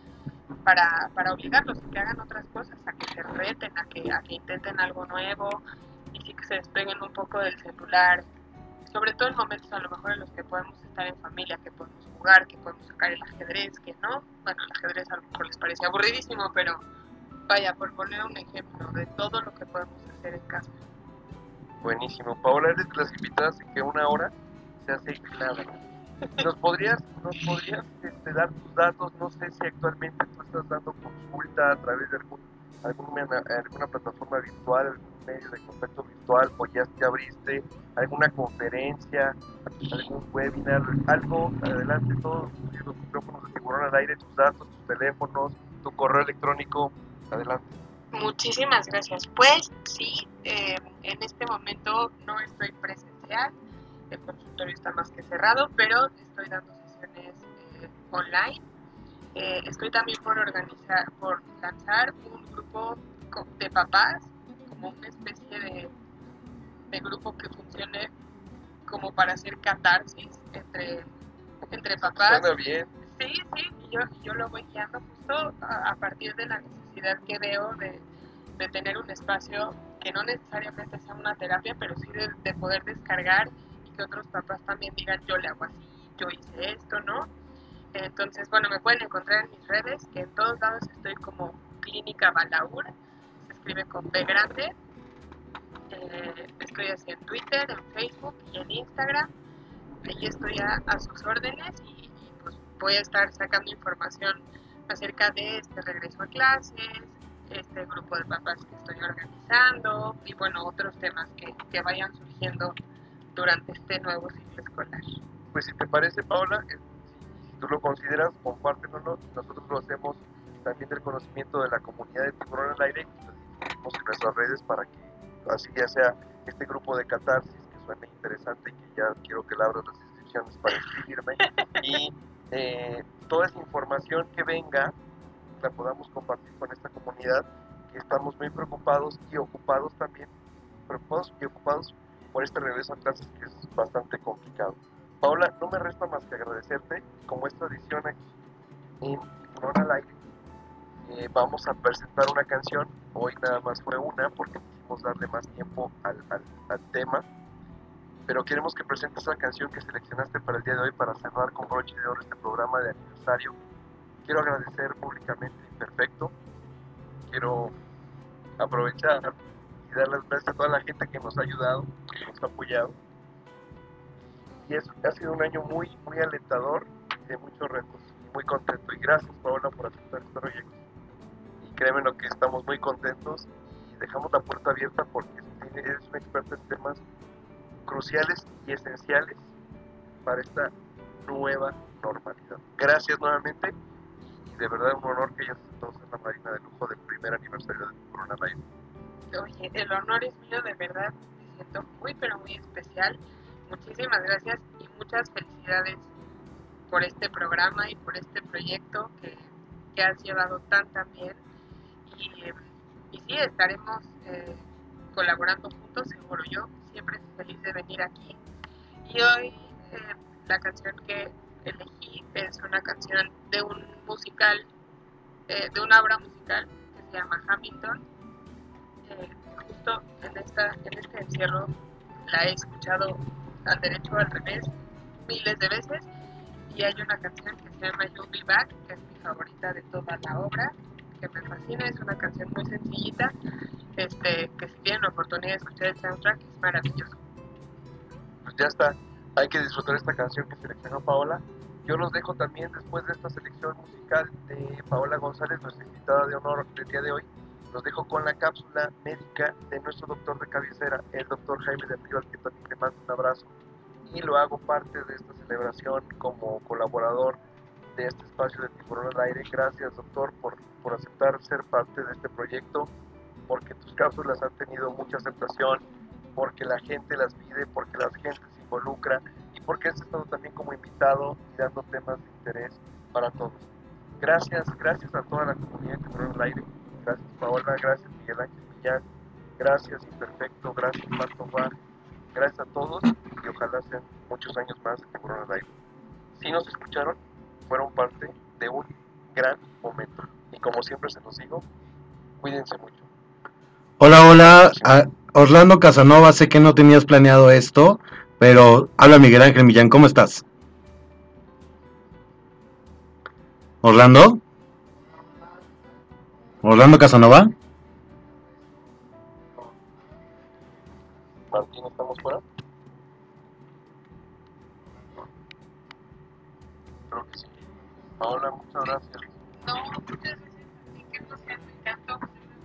para, para obligarlos a que hagan otras cosas, a que se reten, a que, a que intenten algo nuevo y sí que se despeguen un poco del celular, sobre todo en momentos a lo mejor en los que podemos estar en familia, que podemos jugar, que podemos sacar el ajedrez, que no, bueno, el ajedrez a lo mejor les parece aburridísimo, pero vaya, por poner un ejemplo de todo lo que podemos hacer en casa. Buenísimo. Paola, eres de las invitadas en que una hora se hace nada. ¿Nos podrías, nos podrías este, dar tus datos? No sé si actualmente tú estás dando consulta a través de algún, alguna, alguna plataforma virtual, algún medio de contacto virtual, o ya te abriste alguna conferencia, algún webinar, algo. Adelante, todos los micrófonos de Tiburón al aire, tus datos, tus teléfonos, tu correo electrónico. Adelante. Muchísimas gracias. Pues sí, eh, en este momento no estoy presencial, el consultorio está más que cerrado, pero estoy dando sesiones eh, online. Eh, estoy también por organizar, por lanzar un grupo de papás, como una especie de, de grupo que funcione como para hacer catarsis entre, entre papás. Suena bien. Sí, sí, y yo, yo lo voy guiando justo a, a partir de la necesidad que veo de, de tener un espacio que no necesariamente sea una terapia, pero sí de, de poder descargar y que otros papás también digan, yo le hago así, yo hice esto, ¿no? Entonces, bueno, me pueden encontrar en mis redes, que en todos lados estoy como Clínica Balaur, se escribe con B grande. Eh, estoy así en Twitter, en Facebook y en Instagram. ahí estoy a, a sus órdenes y, y pues voy a estar sacando información acerca de este regreso a clases, este grupo de papás que estoy organizando y bueno, otros temas que, que vayan surgiendo durante este nuevo ciclo escolar. Pues si te parece, Paola, eh, si tú lo consideras, compártelo, nosotros lo hacemos también del conocimiento de la comunidad de Tiburón al Aire y lo difundimos en nuestras redes para que así ya sea este grupo de catarsis que suena interesante y que ya quiero que le abras las inscripciones para inscribirme y eh, toda esa información que venga la podamos compartir con esta comunidad que estamos muy preocupados y ocupados también, preocupados y ocupados por este regreso a clases que es bastante complicado. Paola, no me resta más que agradecerte, como esta edición aquí en Tiburón al Aire, eh, vamos a presentar una canción, hoy nada más fue una porque quisimos darle más tiempo al, al, al tema, pero queremos que presentes la canción que seleccionaste para el día de hoy para cerrar con broche de oro este programa de aniversario. Quiero agradecer públicamente Imperfecto, quiero aprovechar y dar las gracias a toda la gente que nos ha ayudado, que nos ha apoyado. Y es, ha sido un año muy, muy alentador y de muchos retos, y muy contento. Y gracias, Paola, por aceptar este proyecto. Y créeme lo que estamos muy contentos y dejamos la puerta abierta porque eres un experto en temas cruciales y esenciales para esta nueva normalidad. Gracias nuevamente y de verdad un honor que hayas estado en la Marina de Lujo del primer aniversario de Tiburón al Aire. Oye, el honor es mío, de verdad, me siento muy pero muy especial. Muchísimas gracias y muchas felicidades por este programa y por este proyecto que, que has llevado tan tan bien. Y, y sí, estaremos eh, colaborando juntos, seguro yo. Siempre estoy feliz de venir aquí. Y hoy eh, la canción que elegí es una canción de un musical, eh, de una obra musical que se llama Hamilton. Eh, justo en, esta, en este encierro la he escuchado al derecho o al revés miles de veces y hay una canción que se llama You'll Be Back, que es mi favorita de toda la obra, que me fascina, es una canción muy sencillita, este, que si tienen la oportunidad de escuchar el soundtrack es maravilloso. Pues ya está, hay que disfrutar esta canción que seleccionó Paola. Yo los dejo también después de esta selección musical de Paola González, nuestra invitada de honor del día de hoy. Los dejo con la cápsula médica de nuestro doctor de cabecera, el doctor Jaime del Río, al que también le mando un abrazo. Y lo hago parte de esta celebración como colaborador de este espacio de Tiburón al Aire. Gracias, doctor, por, por aceptar ser parte de este proyecto, porque tus cápsulas han tenido mucha aceptación, porque la gente las pide, porque la gente se involucra y porque has estado también como invitado y dando temas de interés para todos. Gracias, gracias a toda la comunidad de Tiburón al Aire. Gracias, Paola, gracias, Miguel Ángel Millán, gracias, Imperfecto, gracias, Marco Bar, gracias a todos y ojalá sean muchos años más de Tiburón al Aire. Si nos escucharon, fueron parte de un gran momento. Y como siempre se los digo, cuídense mucho. Hola, hola, a Orlando Casanova, sé que no tenías planeado esto, pero habla Miguel Ángel Millán, ¿cómo estás? ¿Orlando? ¿Orlando Casanova? Martín, ¿estamos fuera? Creo que sí. Paola, muchas gracias. No, muchas gracias y que no sea mi canto.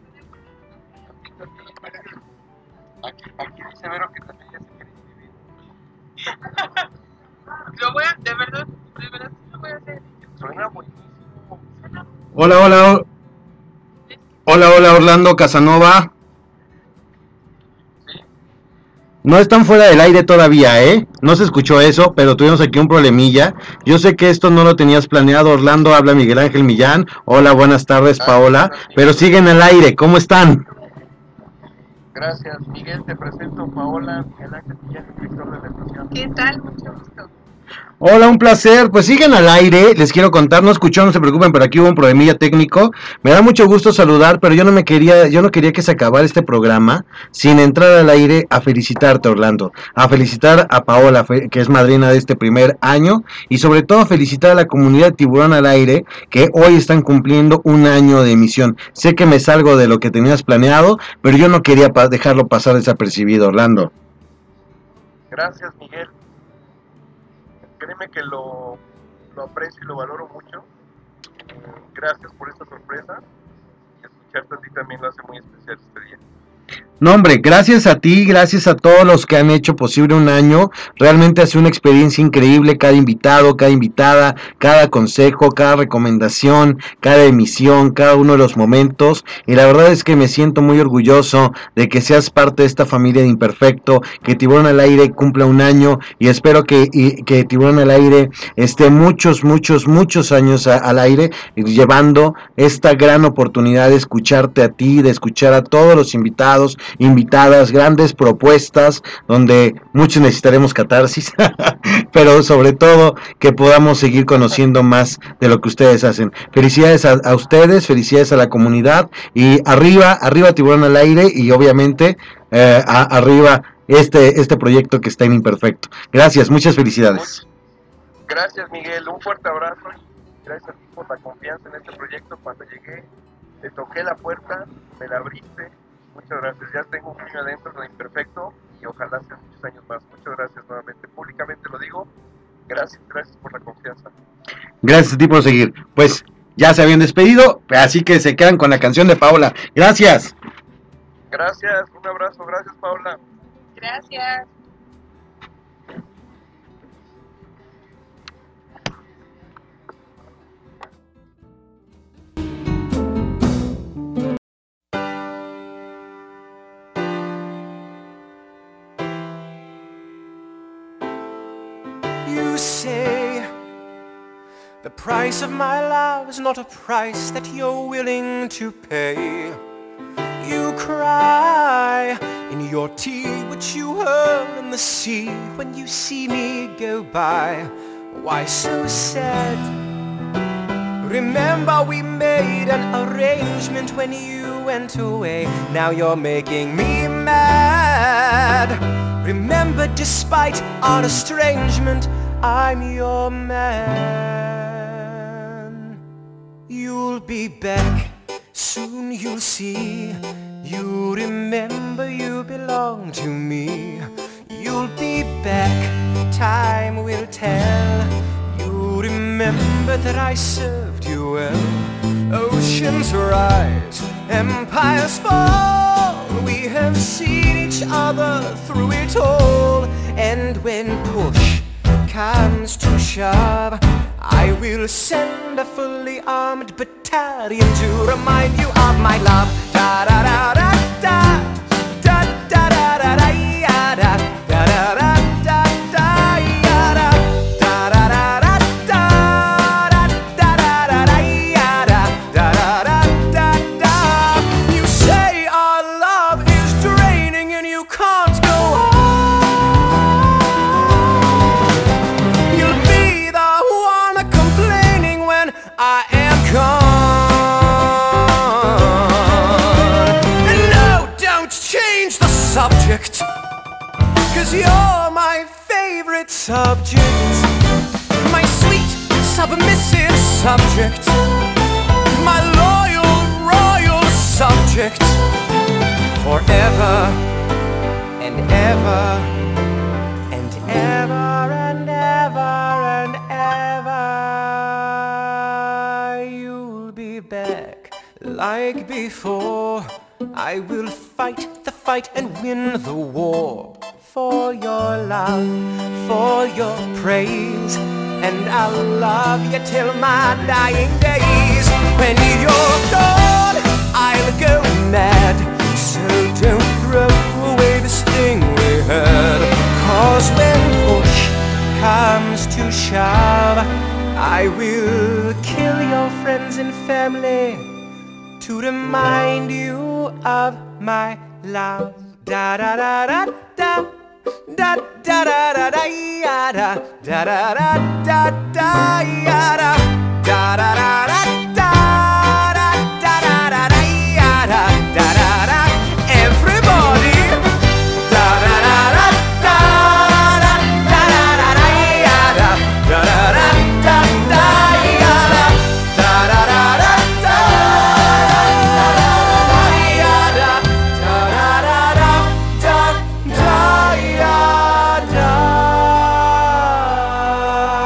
Aquí, aquí dice Vero que también ya se quiere inscribir. Lo voy a, de verdad, de verdad sí lo voy a hacer. Suena buenísimo. Suena Hola, hola, o- hola, hola, Orlando Casanova. Sí, No están fuera del aire todavía, ¿eh? No se escuchó eso, pero tuvimos aquí un problemilla. Yo sé que esto no lo tenías planeado, Orlando, habla Miguel Ángel Millán. Hola, buenas tardes, Paola. Pero siguen al aire, ¿cómo están? gracias. Miguel, te presento Paola, Miguel Ángel Millán, director de la estación. ¿Qué tal? Mucho gusto. Hola, un placer. Pues siguen al aire, les quiero contar, no escuchó, no se preocupen, pero aquí hubo un problemilla técnico. Me da mucho gusto saludar, pero yo no me quería, yo no quería que se acabara este programa sin entrar al aire a felicitarte, Orlando, a felicitar a Paola, fe- que es madrina de este primer año, y sobre todo felicitar a la comunidad de Tiburón al Aire, que hoy están cumpliendo un año de emisión. Sé que me salgo de lo que tenías planeado, pero yo no quería pa- dejarlo pasar desapercibido, Orlando. Gracias, Miguel. créeme que lo, lo aprecio y lo valoro mucho. Gracias por esta sorpresa. Y escucharte a ti también lo hace muy especial este día. No, hombre, gracias a ti, gracias a todos los que han hecho posible un año. Realmente ha sido una experiencia increíble, cada invitado, cada invitada, cada consejo, cada recomendación, cada emisión, cada uno de los momentos. Y la verdad es que me siento muy orgulloso de que seas parte de esta familia de Imperfecto, que Tiburón al Aire cumpla un año y espero que, y, que Tiburón al Aire esté muchos, muchos, muchos años a, al aire, llevando esta gran oportunidad de escucharte a ti, de escuchar a todos los invitados, invitadas, grandes propuestas donde muchos necesitaremos catarsis, pero sobre todo que podamos seguir conociendo más de lo que ustedes hacen. Felicidades a, a ustedes, felicidades a la comunidad y arriba, arriba Tiburón al Aire y obviamente eh, a, arriba este, este proyecto que está en Imperfecto. Gracias, muchas felicidades. Gracias, Miguel, un fuerte abrazo y gracias a ti por la confianza en este proyecto. Cuando llegué, te toqué la puerta, me la abriste. Muchas gracias, ya tengo un niño adentro de Imperfecto y ojalá sean muchos años más. Muchas gracias nuevamente, públicamente lo digo. Gracias, gracias por la confianza. Gracias a ti por seguir. Pues ya se habían despedido, así que se quedan con la canción de Paola. Gracias. Gracias, un abrazo, gracias Paola. Gracias. You say the price of my love is not a price that you're willing to pay. You cry in your tea, which you hurl in the sea when you see me go by. Why so sad? Remember we made an arrangement when you went away. Now you're making me mad. Remember, despite our estrangement, I'm your man. You'll be back, soon you'll see. You remember you belong to me. You'll be back, time will tell. You remember that I served you well. Oceans rise, empires fall. We have seen each other through it all. And when push comes to shove, I will send a fully armed battalion to remind you of my love. Da da da da da da da da da da da da da da da. Cause you're my favorite subject, my sweet submissive subject, my loyal royal subject, forever and ever and ever and ever and ever. You'll be back like before. I will fight the fight and win the war. For your love, for your praise, and I'll love you till my dying days. When you're gone, I'll go mad. So don't throw away this thing we had. Cause when push comes to shove, I will kill your friends and family to remind you of my love. Da da da da da. Da da da da da ya da da da da da da ya da da da da da da da da da da ya da da da da. Everybody da da da da da da da da da ya da da da da da da ya da da da da da da ya da da da da da da.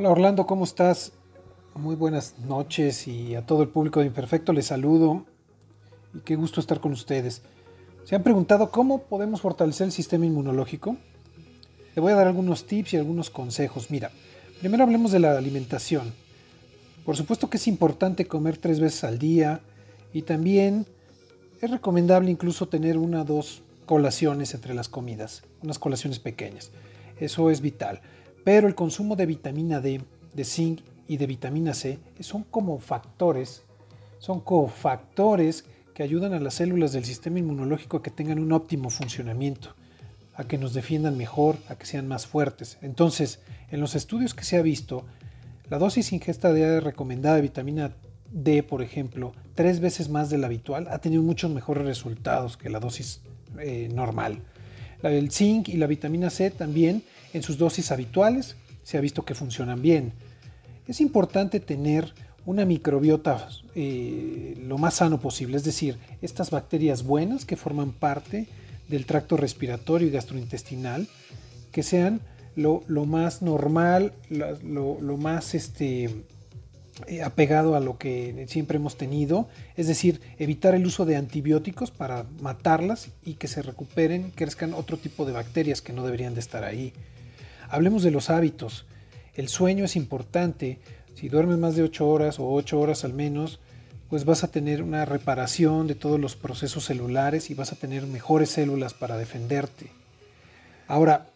Hola Orlando, ¿cómo estás? Muy buenas noches y a todo el público de Imperfecto les saludo y qué gusto estar con ustedes. ¿Se han preguntado cómo podemos fortalecer el sistema inmunológico? Te voy a dar algunos tips y algunos consejos. Mira, primero hablemos de la alimentación. Por supuesto que es importante comer tres veces al día y también es recomendable incluso tener una o dos colaciones entre las comidas, unas colaciones pequeñas. Eso es vital. Pero el consumo de vitamina D, de zinc y de vitamina C son como factores, son cofactores que ayudan a las células del sistema inmunológico a que tengan un óptimo funcionamiento, a que nos defiendan mejor, a que sean más fuertes. Entonces, en los estudios que se ha visto, la dosis ingesta diaria recomendada de vitamina D, por ejemplo, tres veces más de la habitual, ha tenido muchos mejores resultados que la dosis eh, normal. El zinc y la vitamina C también, en sus dosis habituales, se ha visto que funcionan bien. Es importante tener una microbiota eh, lo más sano posible, es decir, estas bacterias buenas que forman parte del tracto respiratorio y gastrointestinal, que sean lo, lo más normal, lo, lo más este, eh, apegado a lo que siempre hemos tenido, es decir, evitar el uso de antibióticos para matarlas y que se recuperen, crezcan otro tipo de bacterias que no deberían de estar ahí. Hablemos de los hábitos. El sueño es importante. Si duermes más de ocho horas o ocho horas al menos, pues vas a tener una reparación de todos los procesos celulares y vas a tener mejores células para defenderte. Ahora,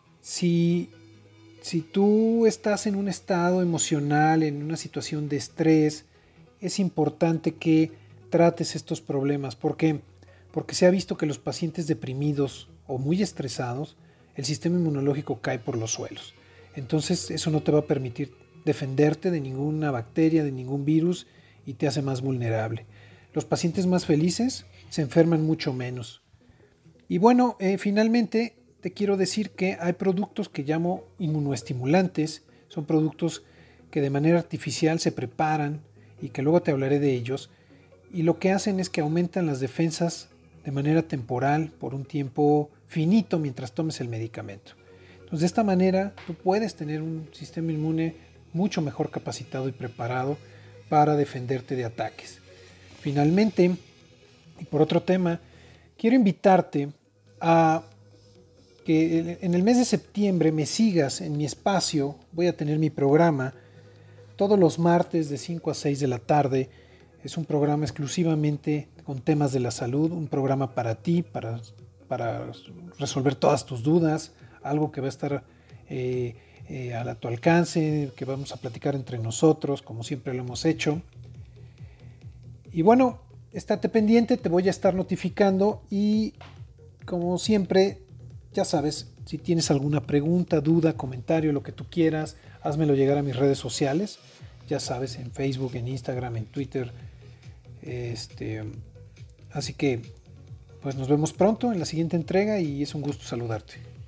si, si tú estás en un estado emocional, en una situación de estrés, es importante que trates estos problemas. ¿Por qué? Porque se ha visto que los pacientes deprimidos o muy estresados, el sistema inmunológico cae por los suelos. Entonces eso no te va a permitir defenderte de ninguna bacteria, de ningún virus y te hace más vulnerable. Los pacientes más felices se enferman mucho menos. Y bueno, eh, finalmente te quiero decir que hay productos que llamo inmunoestimulantes. Son productos que de manera artificial se preparan y que luego te hablaré de ellos. Y lo que hacen es que aumentan las defensas de manera temporal por un tiempo finito mientras tomes el medicamento. Entonces, de esta manera tú puedes tener un sistema inmune mucho mejor capacitado y preparado para defenderte de ataques. Finalmente, y por otro tema, quiero invitarte a que en el mes de septiembre me sigas en mi espacio. Voy a tener mi programa todos los martes de cinco a seis de la tarde. Es un programa exclusivamente con temas de la salud, un programa para ti, para, para resolver todas tus dudas, algo que va a estar eh, eh, a tu alcance, que vamos a platicar entre nosotros, como siempre lo hemos hecho. Y bueno, estate pendiente, te voy a estar notificando y como siempre, ya sabes, si tienes alguna pregunta, duda, comentario, lo que tú quieras, házmelo llegar a mis redes sociales, ya sabes, en Facebook, en Instagram, en Twitter. Este, así que, pues nos vemos pronto en la siguiente entrega y es un gusto saludarte.